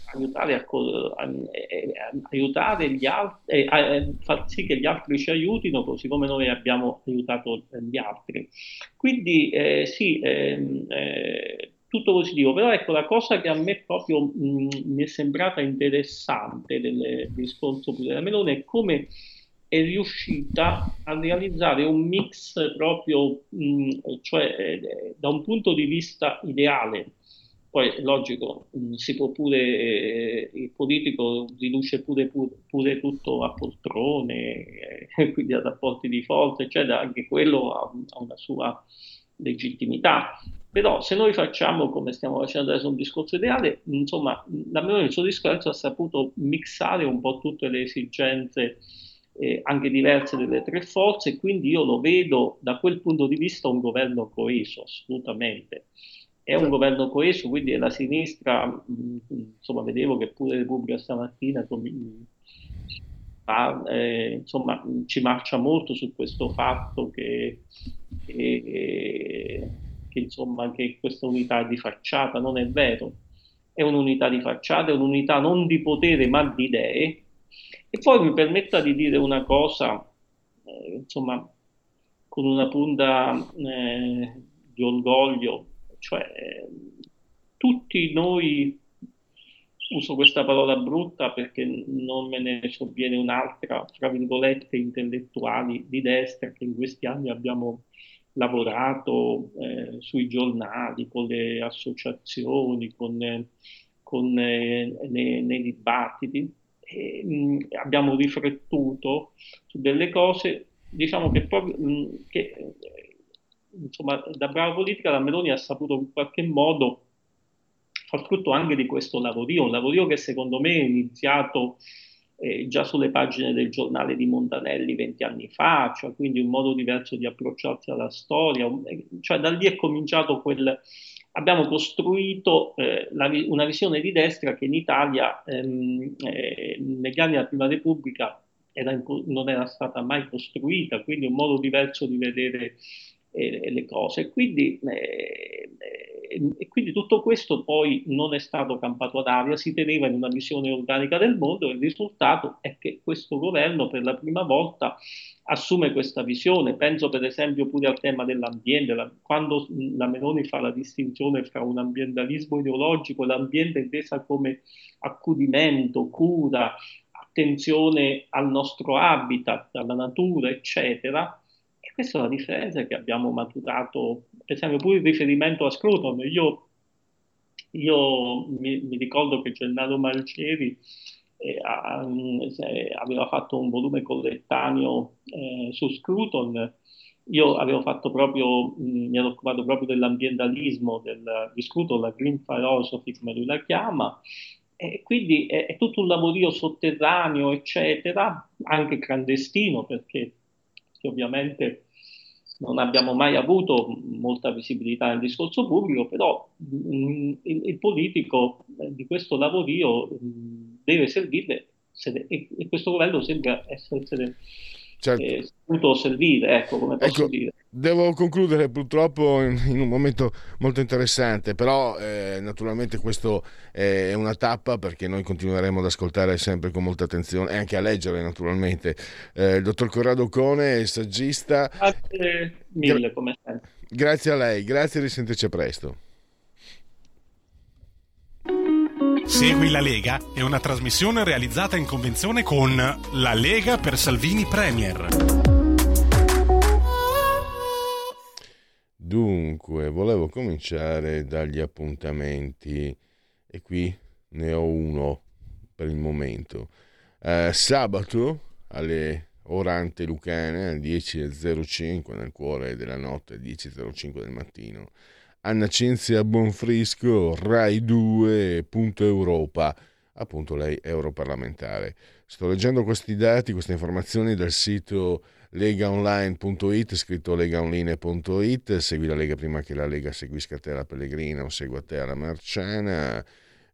aiutare gli altri, far sì che gli altri ci aiutino, così come noi abbiamo aiutato gli altri. Quindi sì, tutto positivo, però ecco, la cosa che a me proprio mi è sembrata interessante del discorso della Meloni è come è riuscita a realizzare un mix proprio, cioè da un punto di vista ideale. Poi è logico, si può pure, il politico riduce pure tutto a poltrone, quindi a rapporti di forza, eccetera, anche quello ha una sua legittimità. Però se noi facciamo, come stiamo facendo adesso, un discorso ideale, insomma, la Meloni nel suo discorso ha saputo mixare un po' tutte le esigenze anche diverse delle tre forze, e quindi io lo vedo da quel punto di vista un governo coeso, assolutamente. È un governo coeso, quindi la sinistra, insomma, vedevo che pure Repubblica stamattina insomma, ci marcia molto su questo fatto insomma, che questa unità è di facciata. Non è vero, è un'unità di facciata, è un'unità non di potere ma di idee. E poi mi permetta di dire una cosa, insomma, con una punta di orgoglio, cioè tutti noi, uso questa parola brutta perché non me ne sovviene un'altra, tra virgolette, intellettuali di destra che in questi anni abbiamo lavorato sui giornali, con le associazioni, nei dibattiti, abbiamo riflettuto su delle cose, diciamo che proprio insomma, da brava politica la Meloni ha saputo in qualche modo far frutto anche di questo lavorio, un lavorio che secondo me è iniziato già sulle pagine del giornale di Montanelli 20 anni fa, cioè quindi un modo diverso di approcciarsi alla storia, cioè da lì è cominciato abbiamo costruito una visione di destra che in Italia negli anni della Prima Repubblica non era stata mai costruita, quindi un modo diverso di vedere le cose. Quindi tutto questo poi non è stato campato ad aria, si teneva in una visione organica del mondo, e il risultato è che questo governo per la prima volta assume questa visione. Penso per esempio pure al tema dell'ambiente, quando la Meloni fa la distinzione fra un ambientalismo ideologico e l'ambiente intesa come accudimento, cura, attenzione al nostro habitat, alla natura, eccetera. E questa è la differenza che abbiamo maturato, per esempio pure il riferimento a Scruton. Io mi ricordo che Gennaro Margeri aveva fatto un volume collettaneo su Scruton. Io avevo fatto proprio, mi ero occupato proprio dell'ambientalismo di Scruton, la green philosophy come lui la chiama, e quindi è tutto un lavorio sotterraneo, eccetera, anche clandestino, perché ovviamente non abbiamo mai avuto molta visibilità nel discorso pubblico, però il politico di questo lavorio deve servire, e questo governo sembra essere potuto servire, ecco, come posso dire. Devo concludere purtroppo in un momento molto interessante, però naturalmente questo è una tappa, perché noi continueremo ad ascoltare sempre con molta attenzione e anche a leggere naturalmente il dottor Corrado Cone, saggista. Grazie mille come sempre. Grazie a lei, grazie, risentirci presto. Segui la Lega è una trasmissione realizzata in convenzione con La Lega per Salvini Premier. Dunque, volevo cominciare dagli appuntamenti e qui ne ho uno per il momento. Sabato alle Orante Lucane alle 10.05, nel cuore della notte, 10.05 del mattino, Anna Cinzia Bonfrisco, Rai 2, Punto Europa, appunto lei europarlamentare. Sto leggendo questi dati, queste informazioni dal sito legaonline.it, scritto legaonline.it. Segui la Lega prima che la Lega seguisca te alla Pellegrina o segua te alla Marciana.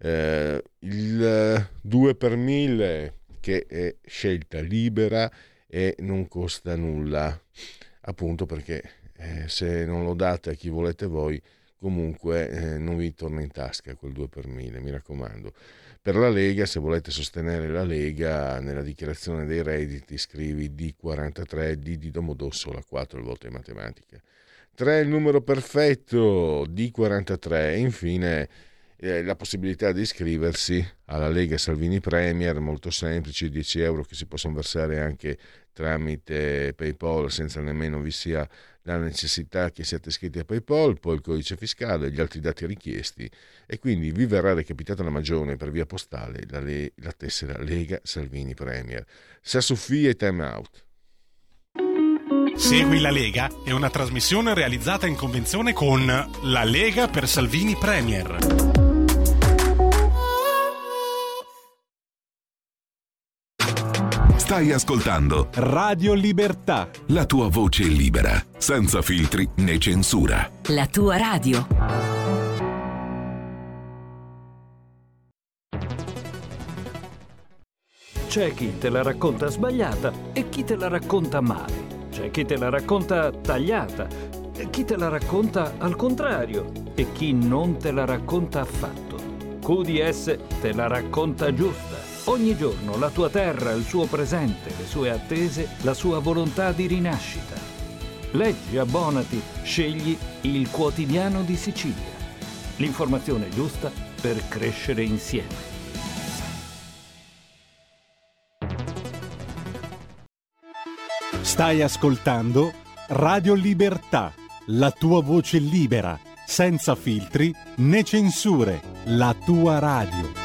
Il 2 per 1000 che è scelta libera e non costa nulla, appunto perché se non lo date a chi volete voi, comunque non vi torna in tasca quel 2 per 1000, mi raccomando. Per la Lega, se volete sostenere la Lega, nella dichiarazione dei redditi scrivi D43, D di Domodossola, 4 il voto in matematica, 3 il numero perfetto, D43, e infine la possibilità di iscriversi alla Lega Salvini Premier, molto semplice, 10 euro che si possono versare anche tramite PayPal senza nemmeno vi sia la necessità che siate iscritti a PayPal, poi il codice fiscale e gli altri dati richiesti, e quindi vi verrà recapitata la magione per via postale la tessera Lega Salvini Premier. Sa Sofia e Time Out. Segui la Lega è una trasmissione realizzata in convenzione con La Lega per Salvini Premier. Stai ascoltando Radio Libertà, la tua voce libera, senza filtri né censura. La tua radio. C'è chi te la racconta sbagliata e chi te la racconta male. C'è chi te la racconta tagliata e chi te la racconta al contrario e chi non te la racconta affatto. QDS te la racconta giusta. Ogni giorno la tua terra, il suo presente, le sue attese, la sua volontà di rinascita. Leggi, abbonati, scegli il Quotidiano di Sicilia. L'informazione giusta per crescere insieme. stai ascoltando Radio Libertà, la tua voce libera, senza filtri né censure, la tua radio.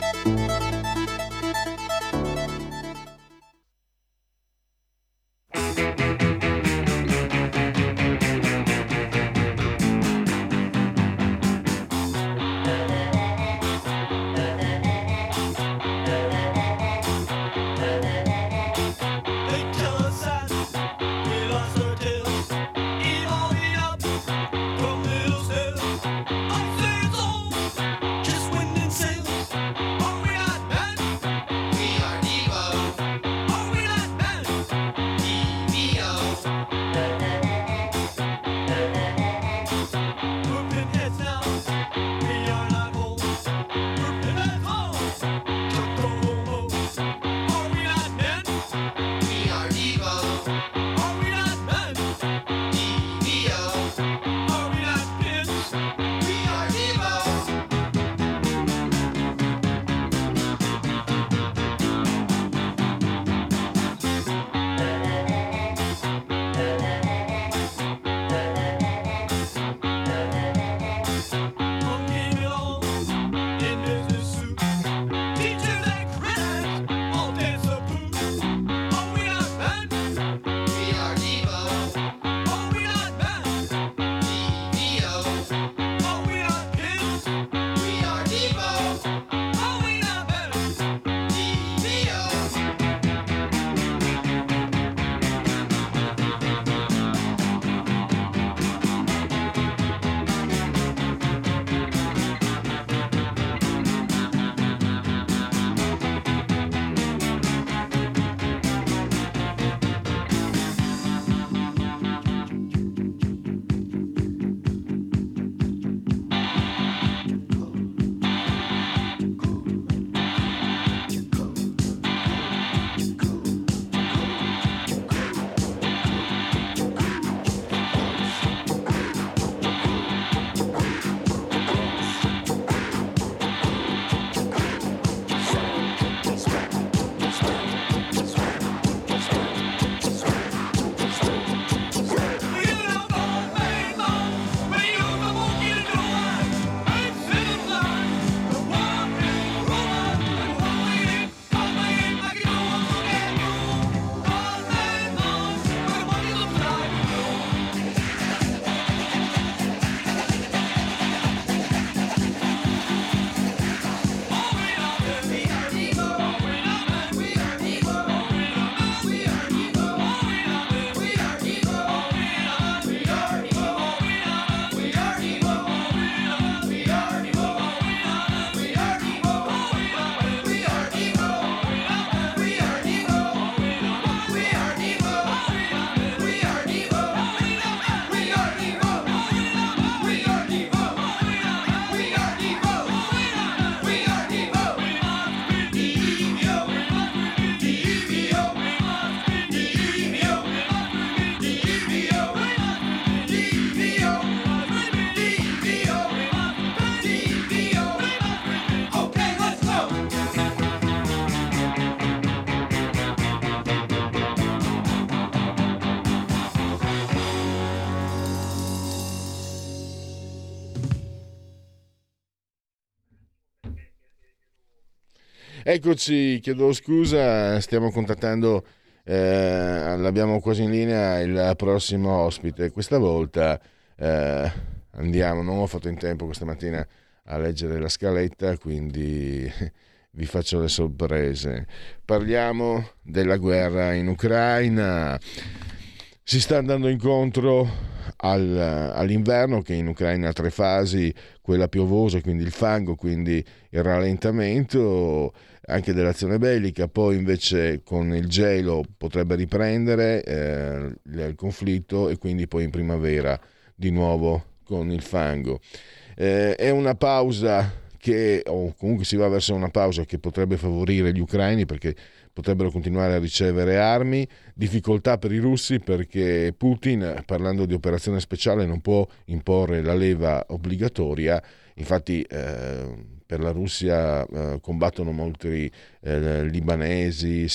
Eccoci, chiedo scusa, stiamo contattando L'abbiamo quasi in linea il prossimo ospite. Questa volta andiamo, non ho fatto in tempo questa mattina a leggere la scaletta, quindi vi faccio le sorprese. Parliamo della guerra in Ucraina. Si sta andando incontro all'inverno, che in Ucraina ha 3 fasi: quella piovosa, quindi il fango, quindi il rallentamento anche dell'azione bellica, poi invece con il gelo potrebbe riprendere il conflitto, e quindi poi in primavera di nuovo con il fango. È una pausa o comunque si va verso una pausa che potrebbe favorire gli ucraini, perché potrebbero continuare a ricevere armi. Difficoltà per i russi, perché Putin, parlando di operazione speciale, non può imporre la leva obbligatoria. Infatti per la Russia combattono molti libici,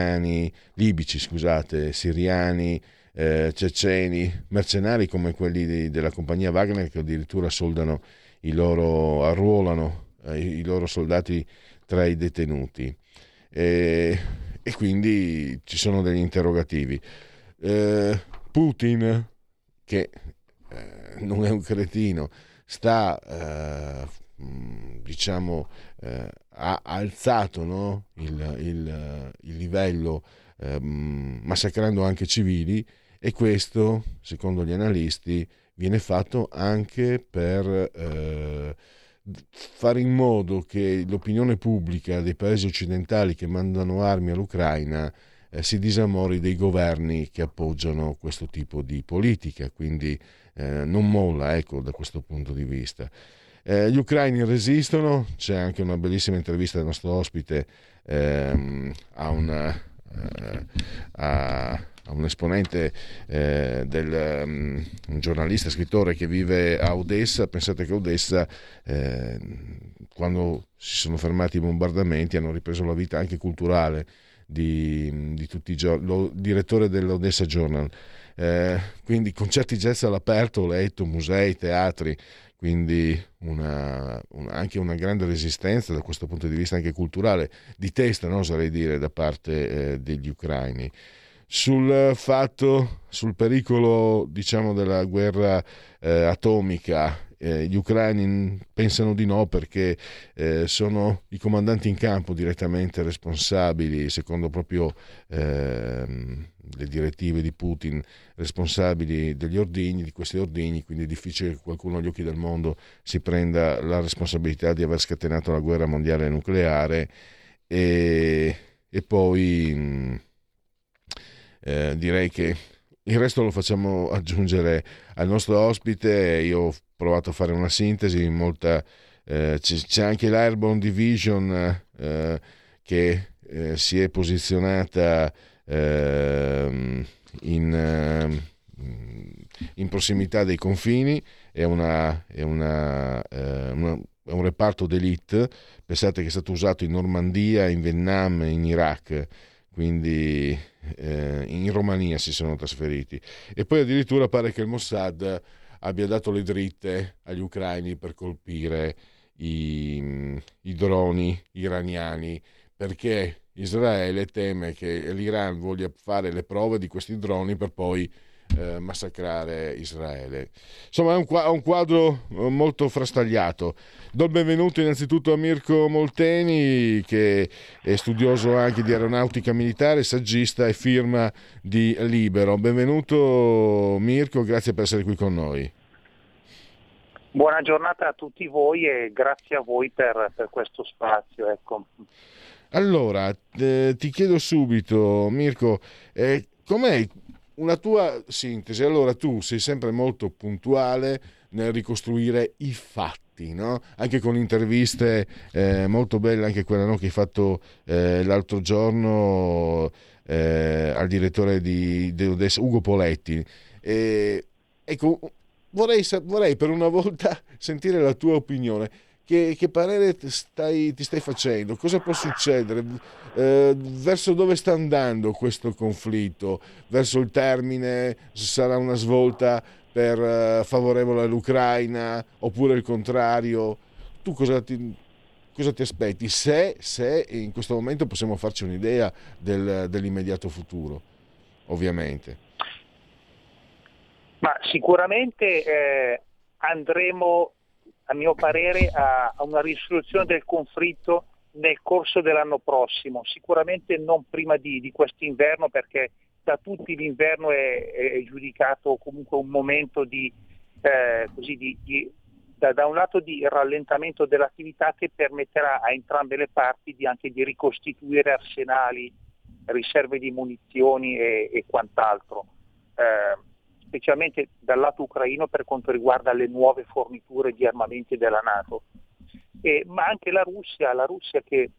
siriani, ceceni, mercenari come quelli della compagnia Wagner, che addirittura arruolano i loro soldati tra i detenuti. E quindi ci sono degli interrogativi. Putin, che non è un cretino, ha alzato, no? il livello, massacrando anche civili, e questo, secondo gli analisti, viene fatto anche per fare in modo che l'opinione pubblica dei paesi occidentali che mandano armi all'Ucraina si disamori dei governi che appoggiano questo tipo di politica, quindi non molla, ecco, da questo punto di vista. Gli ucraini resistono. C'è anche una bellissima intervista del nostro ospite a un esponente un giornalista, scrittore che vive a Odessa. Pensate che Odessa, quando si sono fermati i bombardamenti, hanno ripreso la vita anche culturale di tutti i giorni. Direttore dell'Odessa Journal, quindi concerti jazz all'aperto, ho letto, musei, teatri, quindi anche una grande resistenza da questo punto di vista anche culturale, di testa, no, oserei dire, da parte degli ucraini. Sul pericolo, diciamo, della guerra atomica, gli ucraini pensano di no, perché sono i comandanti in campo direttamente responsabili, secondo proprio le direttive di Putin, responsabili degli ordigni, di questi ordigni, quindi è difficile che qualcuno agli occhi del mondo si prenda la responsabilità di aver scatenato la guerra mondiale nucleare. E poi direi che il resto lo facciamo aggiungere al nostro ospite. Io ho provato a fare una sintesi, c'è anche l'Airborne Division che si è posizionata in prossimità dei confini. È un reparto d'élite. Pensate che è stato usato in Normandia, in Vietnam, in Iraq, quindi in Romania si sono trasferiti. E poi addirittura pare che il Mossad abbia dato le dritte agli ucraini per colpire i droni iraniani, perché Israele teme che l'Iran voglia fare le prove di questi droni per poi massacrare Israele. Insomma, è un quadro molto frastagliato. Do il benvenuto innanzitutto a Mirko Molteni, che è studioso anche di aeronautica militare, saggista e firma di Libero. Benvenuto Mirko, grazie per essere qui con noi. Buona giornata a tutti voi e grazie a voi per questo spazio. Ecco. Allora, ti chiedo subito, Mirko, com'è una tua sintesi? Allora, tu sei sempre molto puntuale nel ricostruire i fatti, no? Anche con interviste molto belle, anche quella, no, che hai fatto l'altro giorno al direttore di Odessa, Ugo Poletti. Ecco, vorrei per una volta sentire la tua opinione. Che parere ti stai facendo? Cosa può succedere? Verso dove sta andando questo conflitto? Verso il termine? Sarà una svolta favorevole all'Ucraina oppure il contrario? Tu cosa cosa ti aspetti? Se in questo momento possiamo farci un'idea dell'immediato futuro, ovviamente. Ma sicuramente andremo, a mio parere, a una risoluzione del conflitto nel corso dell'anno prossimo, sicuramente non prima di quest'inverno, perché da tutti l'inverno è giudicato comunque un momento da un lato di rallentamento dell'attività che permetterà a entrambe le parti anche di ricostituire arsenali, riserve di munizioni e quant'altro, specialmente dal lato ucraino per quanto riguarda le nuove forniture di armamenti della NATO. Ma anche la Russia che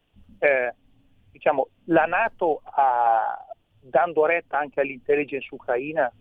la NATO dando retta anche all'intelligence ucraina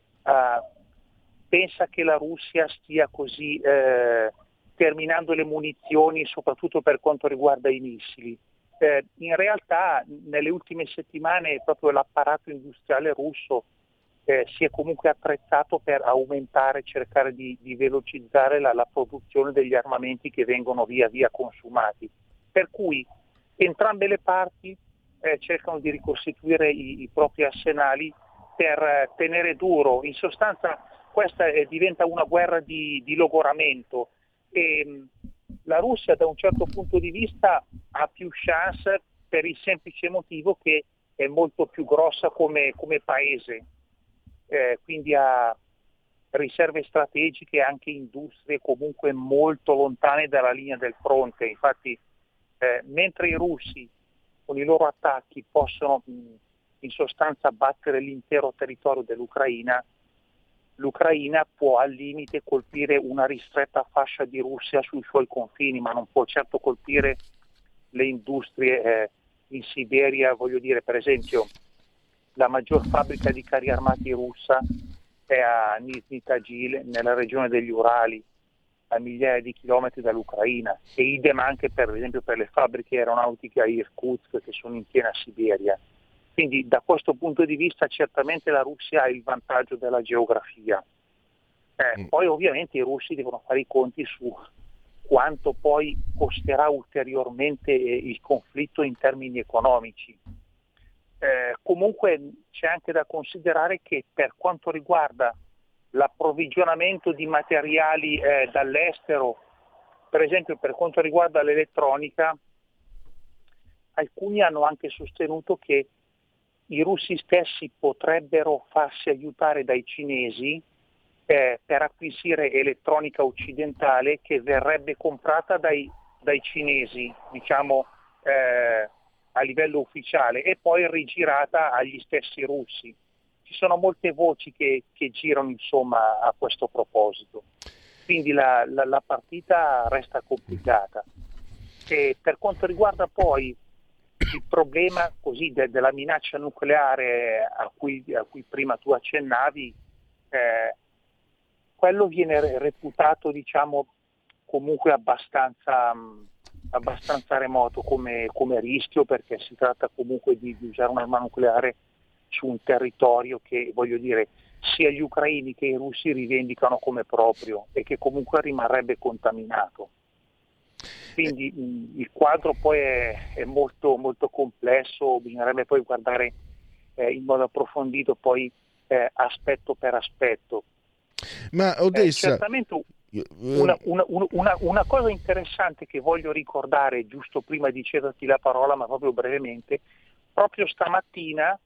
pensa che la Russia stia così terminando le munizioni, soprattutto per quanto riguarda i missili. In realtà nelle ultime settimane proprio l'apparato industriale russo si è comunque attrezzato per aumentare, cercare di velocizzare la produzione degli armamenti che vengono via via consumati. Per cui entrambe le parti cercano di ricostituire i propri arsenali per tenere duro. In sostanza questa diventa una guerra di logoramento e la Russia da un certo punto di vista ha più chance per il semplice motivo che è molto più grossa come paese, quindi ha riserve strategiche e anche industrie comunque molto lontane dalla linea del fronte. Infatti mentre i russi con i loro attacchi possono in sostanza battere l'intero territorio dell'Ucraina, l'Ucraina può al limite colpire una ristretta fascia di Russia sui suoi confini, ma non può certo colpire le industrie in Siberia. Voglio dire, per esempio, la maggior fabbrica di carri armati russa è a Nizhny Tagil, nella regione degli Urali, a migliaia di chilometri dall'Ucraina, e idem anche per esempio per le fabbriche aeronautiche a Irkutsk che sono in piena Siberia. Quindi da questo punto di vista certamente la Russia ha il vantaggio della geografia. Poi ovviamente i russi devono fare i conti su quanto poi costerà ulteriormente il conflitto in termini economici. Comunque c'è anche da considerare che per quanto riguarda l'approvvigionamento di materiali dall'estero, per esempio per quanto riguarda l'elettronica, alcuni hanno anche sostenuto che i russi stessi potrebbero farsi aiutare dai cinesi per acquisire elettronica occidentale che verrebbe comprata dai cinesi, diciamo a livello ufficiale, e poi rigirata agli stessi russi. Ci sono molte voci che girano insomma a questo proposito, quindi la partita resta complicata. E per quanto riguarda poi il problema così della minaccia nucleare a cui prima tu accennavi, quello viene reputato diciamo comunque abbastanza remoto come rischio, perché si tratta comunque di usare un'arma nucleare su un territorio che, voglio dire, sia gli ucraini che i russi rivendicano come proprio e che comunque rimarrebbe contaminato. Quindi il quadro poi è molto, molto complesso, bisognerebbe poi guardare in modo approfondito poi aspetto per aspetto. Ma Odessa, certamente una cosa interessante che voglio ricordare giusto prima di cederti la parola, ma proprio brevemente, proprio stamattina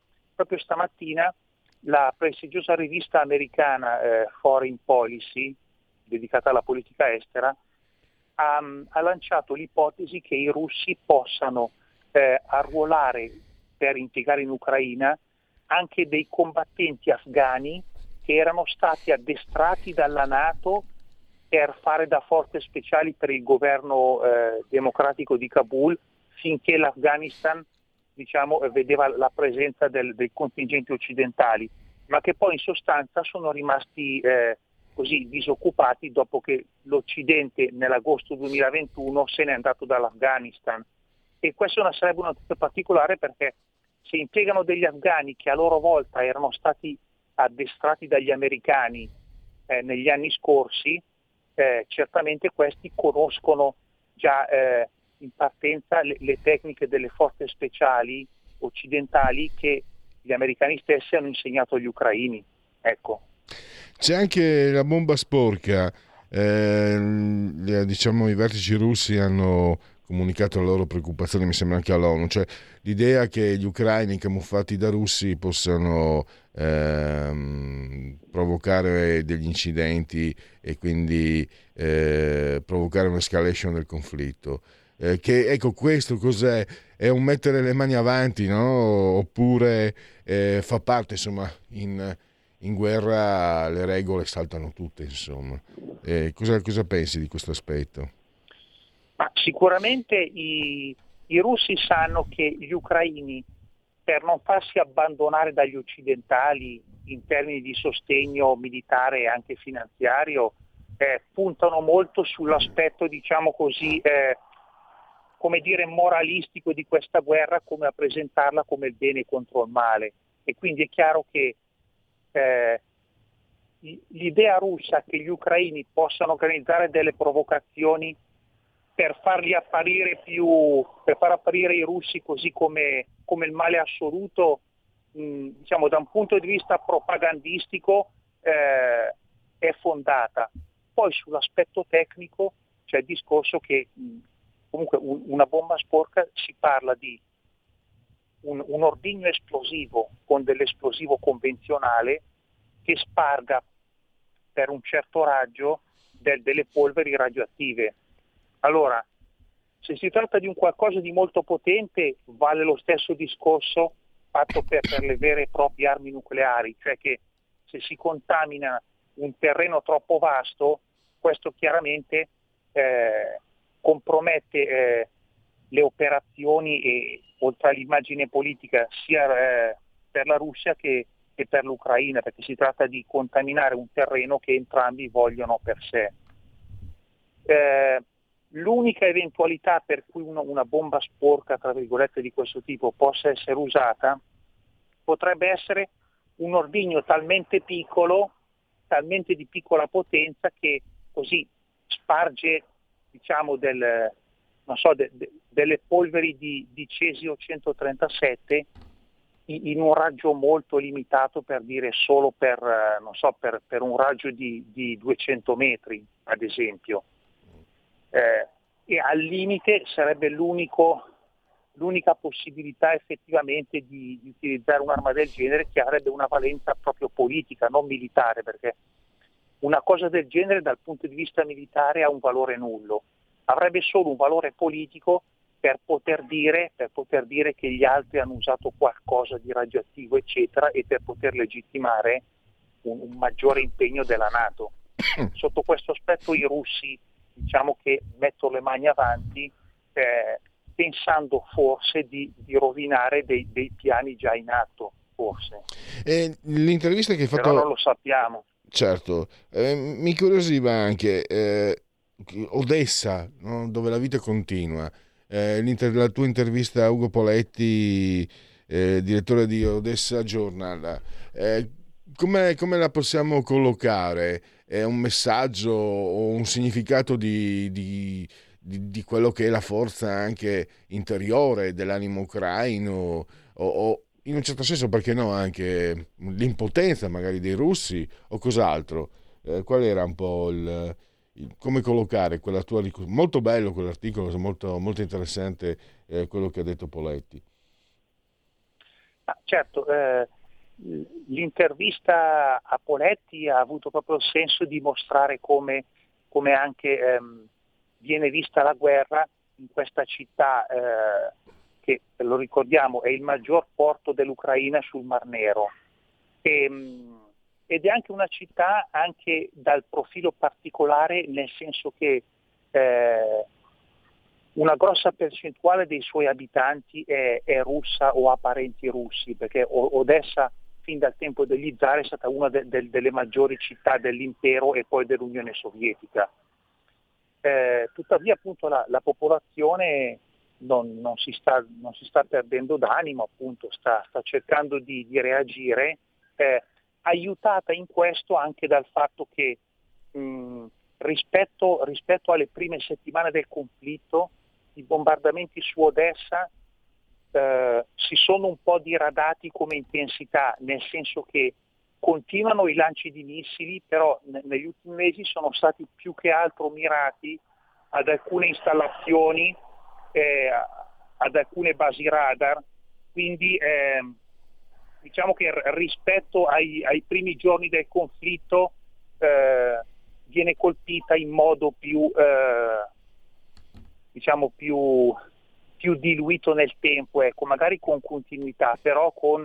la prestigiosa rivista americana Foreign Policy, dedicata alla politica estera, ha lanciato l'ipotesi che i russi possano arruolare per impiegare in Ucraina anche dei combattenti afghani che erano stati addestrati dalla NATO per fare da forze speciali per il governo democratico di Kabul finché l'Afghanistan vedeva la presenza dei contingenti occidentali, ma che poi in sostanza sono rimasti così disoccupati dopo che l'Occidente nell'agosto 2021 se n'è andato dall'Afghanistan. E questa sarebbe una notizia particolare, perché se impiegano degli afghani che a loro volta erano stati addestrati dagli americani negli anni scorsi, certamente questi conoscono già in partenza le tecniche delle forze speciali occidentali che gli americani stessi hanno insegnato agli ucraini. Ecco. C'è anche la bomba sporca. Diciamo i vertici russi hanno comunicato la loro preoccupazione, mi sembra anche all'ONU, cioè l'idea che gli ucraini camuffati da russi possano provocare degli incidenti e quindi provocare un'escalation del conflitto. Che ecco, questo cos'è? È un mettere le mani avanti, no? Oppure fa parte, insomma, in guerra le regole saltano tutte, insomma. Cosa pensi di questo aspetto? Ma sicuramente i russi sanno che gli ucraini, per non farsi abbandonare dagli occidentali in termini di sostegno militare e anche finanziario, puntano molto sull'aspetto, diciamo così, come dire, moralistico di questa guerra, come a presentarla come il bene contro il male. E quindi è chiaro che l'idea russa che gli ucraini possano organizzare delle provocazioni per farli apparire per far apparire i russi così come il male assoluto, diciamo da un punto di vista propagandistico è fondata. Poi sull'aspetto tecnico c'è il discorso che comunque una bomba sporca, si parla di un ordigno esplosivo con dell'esplosivo convenzionale che sparga per un certo raggio delle polveri radioattive. Allora, se si tratta di un qualcosa di molto potente, vale lo stesso discorso fatto per le vere e proprie armi nucleari, cioè che se si contamina un terreno troppo vasto, questo chiaramente compromette le operazioni e oltre all'immagine politica sia per la Russia che per l'Ucraina, perché si tratta di contaminare un terreno che entrambi vogliono per sé. L'unica eventualità per cui una bomba sporca, tra virgolette, di questo tipo possa essere usata potrebbe essere un ordigno talmente piccolo, talmente di piccola potenza che così sparge, diciamo, delle polveri di cesio 137 in un raggio molto limitato, per dire solo per un raggio di 200 metri, ad esempio. E al limite sarebbe l'unica possibilità effettivamente di utilizzare un'arma del genere, che avrebbe una valenza proprio politica, non militare, perché una cosa del genere dal punto di vista militare ha un valore nullo, avrebbe solo un valore politico per poter dire che gli altri hanno usato qualcosa di radioattivo, eccetera, e per poter legittimare un maggiore impegno della NATO. Sotto questo aspetto i russi, diciamo che mettono le mani avanti, pensando forse di rovinare dei piani già in atto, forse. L'intervista che hai fatto... Però non lo sappiamo. Certo, mi incuriosiva anche Odessa, no? Dove la vita continua. La tua intervista a Ugo Poletti, direttore di Odessa Journal, come la possiamo collocare? È un messaggio o un significato di quello che è la forza anche interiore dell'animo ucraino o in un certo senso, perché no, anche l'impotenza magari dei russi o cos'altro? Qual era un po' come collocare quella tua... Molto bello quell'articolo, molto, molto interessante quello che ha detto Poletti. Certo, l'intervista a Poletti ha avuto proprio il senso di mostrare come anche viene vista la guerra in questa città che, lo ricordiamo, è il maggior porto dell'Ucraina sul Mar Nero. Ed è anche una città anche dal profilo particolare, nel senso che una grossa percentuale dei suoi abitanti è russa o ha parenti russi, perché Odessa fin dal tempo degli zar è stata una delle maggiori città dell'impero e poi dell'Unione Sovietica. Tuttavia appunto la popolazione non si sta perdendo d'animo, appunto sta cercando di reagire, aiutata in questo anche dal fatto che rispetto alle prime settimane del conflitto i bombardamenti su Odessa si sono un po' diradati come intensità, nel senso che continuano i lanci di missili, però negli ultimi mesi sono stati più che altro mirati ad alcune installazioni, ad alcune basi radar, quindi diciamo che rispetto ai primi giorni del conflitto viene colpita in modo più diluito nel tempo, ecco, magari con continuità, però con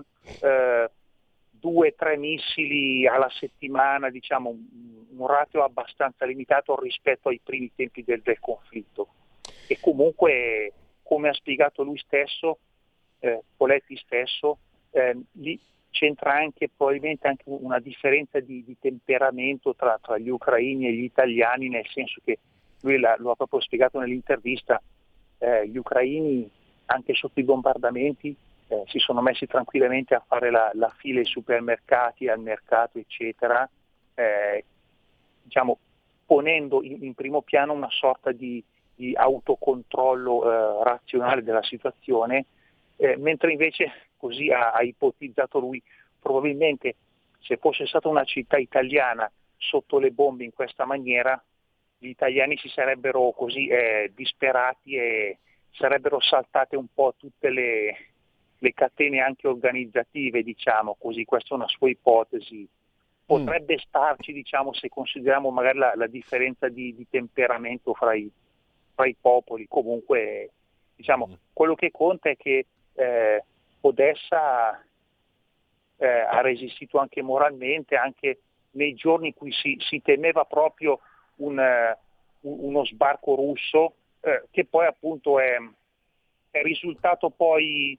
2-3 missili alla settimana, diciamo un ratio abbastanza limitato rispetto ai primi tempi del conflitto. E comunque, come ha spiegato lui stesso, Poletti stesso, lì c'entra anche probabilmente anche una differenza di temperamento tra gli ucraini e gli italiani, nel senso che lui lo ha proprio spiegato nell'intervista. Gli ucraini anche sotto i bombardamenti si sono messi tranquillamente a fare la fila ai supermercati, al mercato, eccetera, diciamo ponendo in primo piano una sorta di autocontrollo razionale della situazione, mentre invece, così ha ipotizzato lui, probabilmente se fosse stata una città italiana sotto le bombe in questa maniera, gli italiani si sarebbero così disperati e sarebbero saltate un po' tutte le catene anche organizzative, diciamo così. Questa è una sua ipotesi. Potrebbe starci, diciamo, se consideriamo magari la differenza di temperamento fra i popoli. Comunque, diciamo, quello che conta è che Odessa ha resistito anche moralmente, anche nei giorni in cui si temeva proprio uno sbarco russo, che poi appunto è risultato poi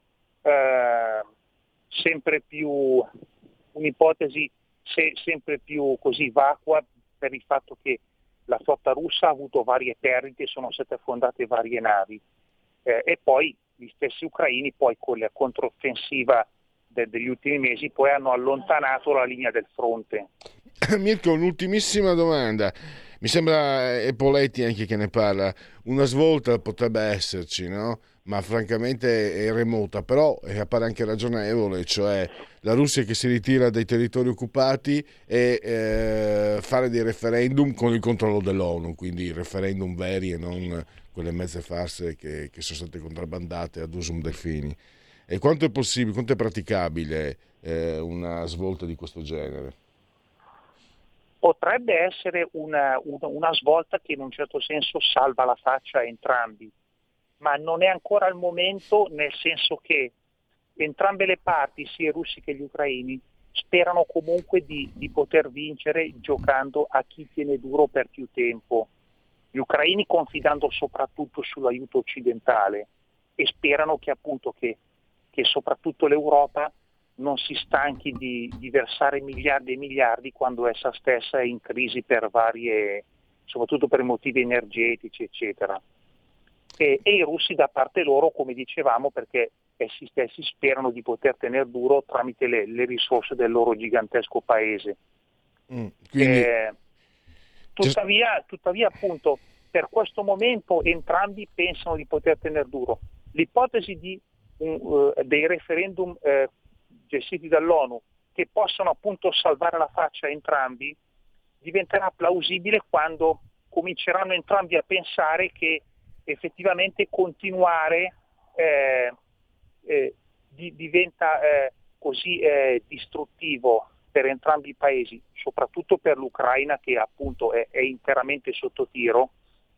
sempre più un'ipotesi sempre più così vacua, per il fatto che la flotta russa ha avuto varie perdite, sono state affondate varie navi, e poi gli stessi ucraini poi con la controffensiva degli ultimi mesi poi hanno allontanato la linea del fronte. Mirko, un'ultimissima domanda. Mi sembra, e Poletti anche che ne parla, una svolta potrebbe esserci, no? Ma francamente è remota, però appare anche ragionevole, cioè la Russia che si ritira dai territori occupati e fare dei referendum con il controllo dell'ONU, quindi referendum veri e non quelle mezze farse che sono state contrabbandate ad usum Delfini. E quanto è possibile, quanto è praticabile una svolta di questo genere? Potrebbe essere una svolta che in un certo senso salva la faccia a entrambi, ma non è ancora il momento, nel senso che entrambe le parti, sia i russi che gli ucraini, sperano comunque di poter vincere giocando a chi tiene duro per più tempo. Gli ucraini confidando soprattutto sull'aiuto occidentale e sperano che appunto che soprattutto l'Europa non si stanchi di versare miliardi e miliardi quando essa stessa è in crisi per varie, soprattutto per motivi energetici, eccetera. E i russi da parte loro, come dicevamo, perché essi stessi sperano di poter tenere duro tramite le risorse del loro gigantesco paese. Quindi... Tuttavia appunto per questo momento entrambi pensano di poter tenere duro. L'ipotesi dei referendum gestiti dall'ONU che possano appunto salvare la faccia a entrambi diventerà plausibile quando cominceranno entrambi a pensare che effettivamente continuare diventa così distruttivo per entrambi i paesi, soprattutto per l'Ucraina che appunto è interamente sotto tiro,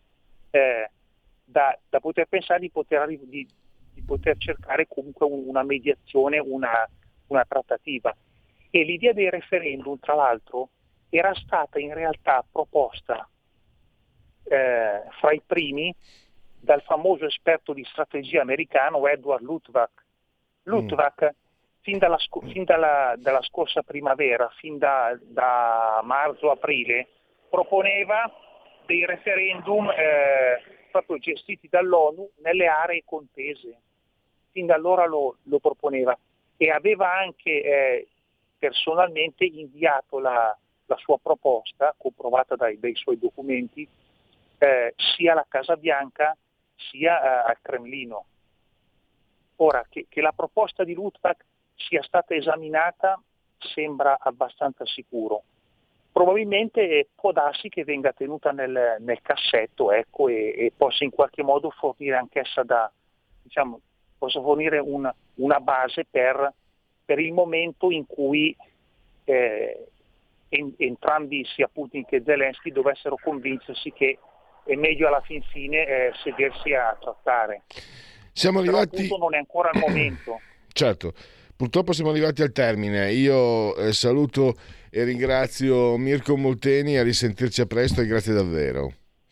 da poter pensare di poter cercare comunque una mediazione, una trattativa. E l'idea dei referendum, tra l'altro, era stata in realtà proposta fra i primi dal famoso esperto di strategia americano Edward Luttwak. Luttwak fin dalla scorsa primavera, fin da marzo-aprile, proponeva dei referendum proprio gestiti dall'ONU nelle aree contese. Fin da allora lo proponeva e aveva anche personalmente inviato la sua proposta, comprovata dai suoi documenti, sia alla Casa Bianca sia al Cremlino. Ora, che la proposta di Lutwak sia stata esaminata sembra abbastanza sicuro. Probabilmente può darsi che venga tenuta nel cassetto, ecco, e possa in qualche modo fornire anch'essa possa fornire una base per il momento in cui entrambi, sia Putin che Zelensky, dovessero convincersi che è meglio alla fin fine sedersi a trattare. Siamo Però arrivati... appunto non è ancora il momento. Certo, purtroppo siamo arrivati al termine. Io saluto e ringrazio Mirko Molteni, a risentirci a presto e grazie davvero.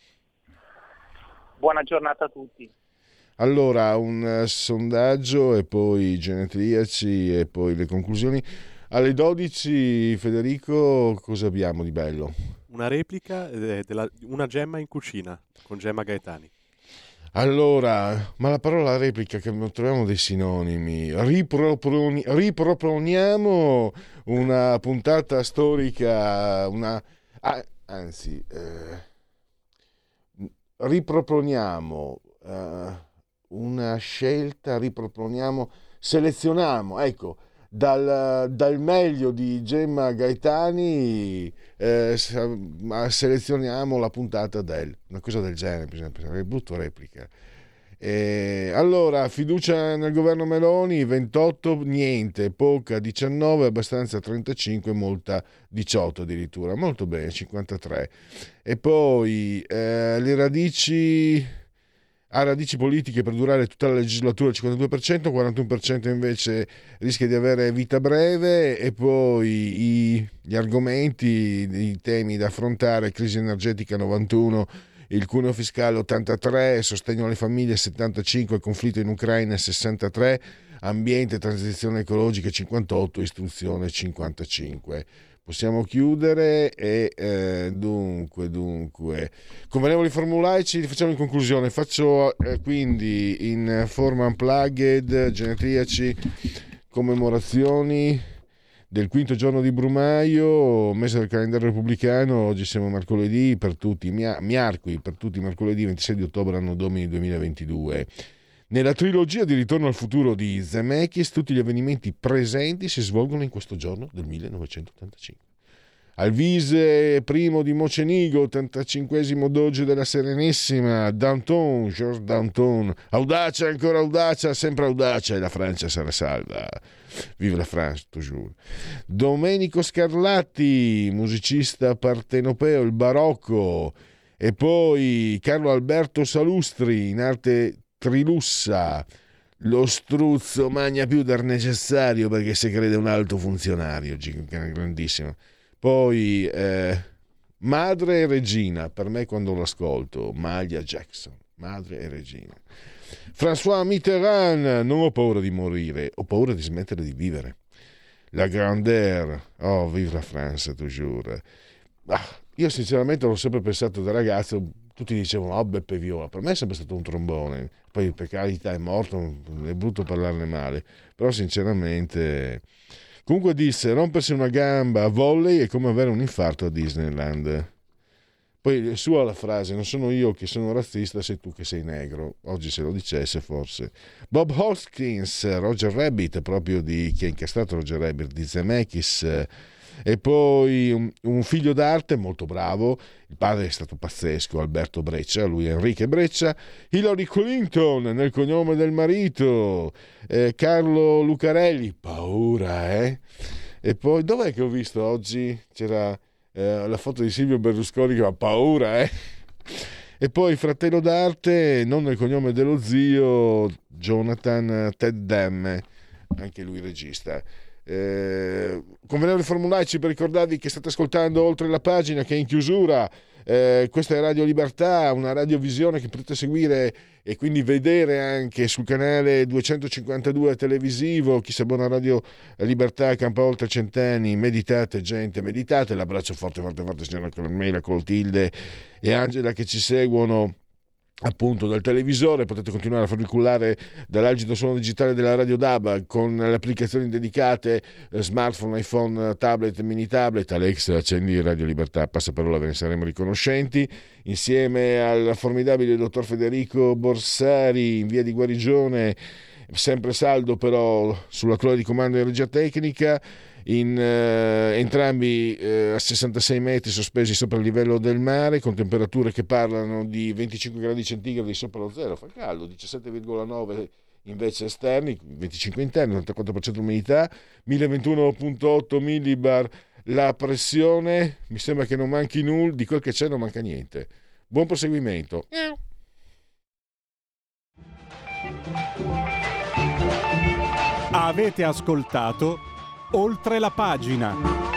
Buona giornata a tutti. Allora, un sondaggio e poi i genetriaci e poi le conclusioni. Alle 12, Federico, cosa abbiamo di bello? Una replica una Gemma in cucina con Gemma Gaetani. Allora, ma la parola replica, che troviamo dei sinonimi. Riproponiamo una puntata storica, riproponiamo una scelta, selezioniamo, ecco, dal meglio di Gemma Gaetani, selezioniamo la puntata una cosa del genere, per esempio, è brutto replica. Allora, fiducia nel governo Meloni, 28 niente, poca 19, abbastanza 35, molta 18 addirittura, molto bene, 53. E poi le radici politiche per durare tutta la legislatura, il 52%, 41% invece rischia di avere vita breve. E poi gli argomenti, i temi da affrontare: crisi energetica 91, il cuneo fiscale 83, sostegno alle famiglie 75, conflitto in Ucraina 63, ambiente e transizione ecologica 58, istruzione 55. Possiamo chiudere e dunque, convenevoli formulari ci facciamo in conclusione. Faccio quindi in forma unplugged, genetriaci, commemorazioni del quinto giorno di Brumaio, mese del calendario repubblicano. Oggi siamo mercoledì, per tutti, miarqui, per tutti mercoledì 26 di ottobre anno domini 2022. Nella trilogia di Ritorno al futuro di Zemeckis, tutti gli avvenimenti presenti si svolgono in questo giorno del 1985. Alvise primo di Mocenigo, 85esimo doge della Serenissima, Danton, Georges Danton, audacia, ancora audacia, sempre audacia, e la Francia sarà salva. Vive la France, toujours. Domenico Scarlatti, musicista partenopeo, il barocco. E poi Carlo Alberto Salustri, in arte trilussa, lo struzzo magna più del necessario perché si crede un alto funzionario, grandissimo. Poi madre e regina, per me quando l'ascolto, Mahalia Jackson, madre e regina. François Mitterrand, non ho paura di morire, ho paura di smettere di vivere. La grandeur, oh vive la France toujours. Io sinceramente l'ho sempre pensato da ragazzo, tutti dicevano Beppe Viola, per me è sempre stato un trombone, poi per carità è morto, è brutto parlarne male, però sinceramente... Comunque disse, rompersi una gamba a volley è come avere un infarto a Disneyland. Poi è sua la frase, non sono io che sono razzista, sei tu che sei negro. Oggi se lo dicesse forse. Bob Hoskins, Roger Rabbit, proprio di chi ha incastrato Roger Rabbit, di Zemeckis. E poi un figlio d'arte molto bravo, il padre è stato pazzesco, Alberto Breccia, lui è Enrique Breccia. Hillary Clinton nel cognome del marito, Carlo Lucarelli, paura, E poi dov'è che ho visto oggi? C'era la foto di Silvio Berlusconi che ha paura, E poi fratello d'arte, non nel cognome dello zio, Jonathan Ted Demme, anche lui regista. Convenevoli formulaici per ricordarvi che state ascoltando Oltre la pagina, che è in chiusura. Questa è Radio Libertà, una radiovisione che potete seguire e quindi vedere anche sul canale 252 televisivo. Chi sa buona Radio Libertà campa oltre centenni. Meditate gente, meditate. L'abbraccio forte signora Carmela, Clotilde e Angela che ci seguono appunto dal televisore, potete continuare a farvi cullare dall'algido suono digitale della Radio DAB con le applicazioni dedicate, smartphone, iPhone, tablet, mini tablet. Alexa, accendi Radio Libertà, passaparola, ve ne saremo riconoscenti, insieme al formidabile dottor Federico Borsari in via di guarigione, sempre saldo però sulla tolla di comando in regia tecnica, entrambi a 66 metri sospesi sopra il livello del mare, con temperature che parlano di 25 gradi centigradi sopra lo zero, fa caldo, 17,9 invece esterni, 25 interni, 94% umidità, 1021,8 millibar la pressione. Mi sembra che non manchi nulla, di quel che c'è non manca niente. Buon proseguimento. Avete ascoltato Oltre la pagina.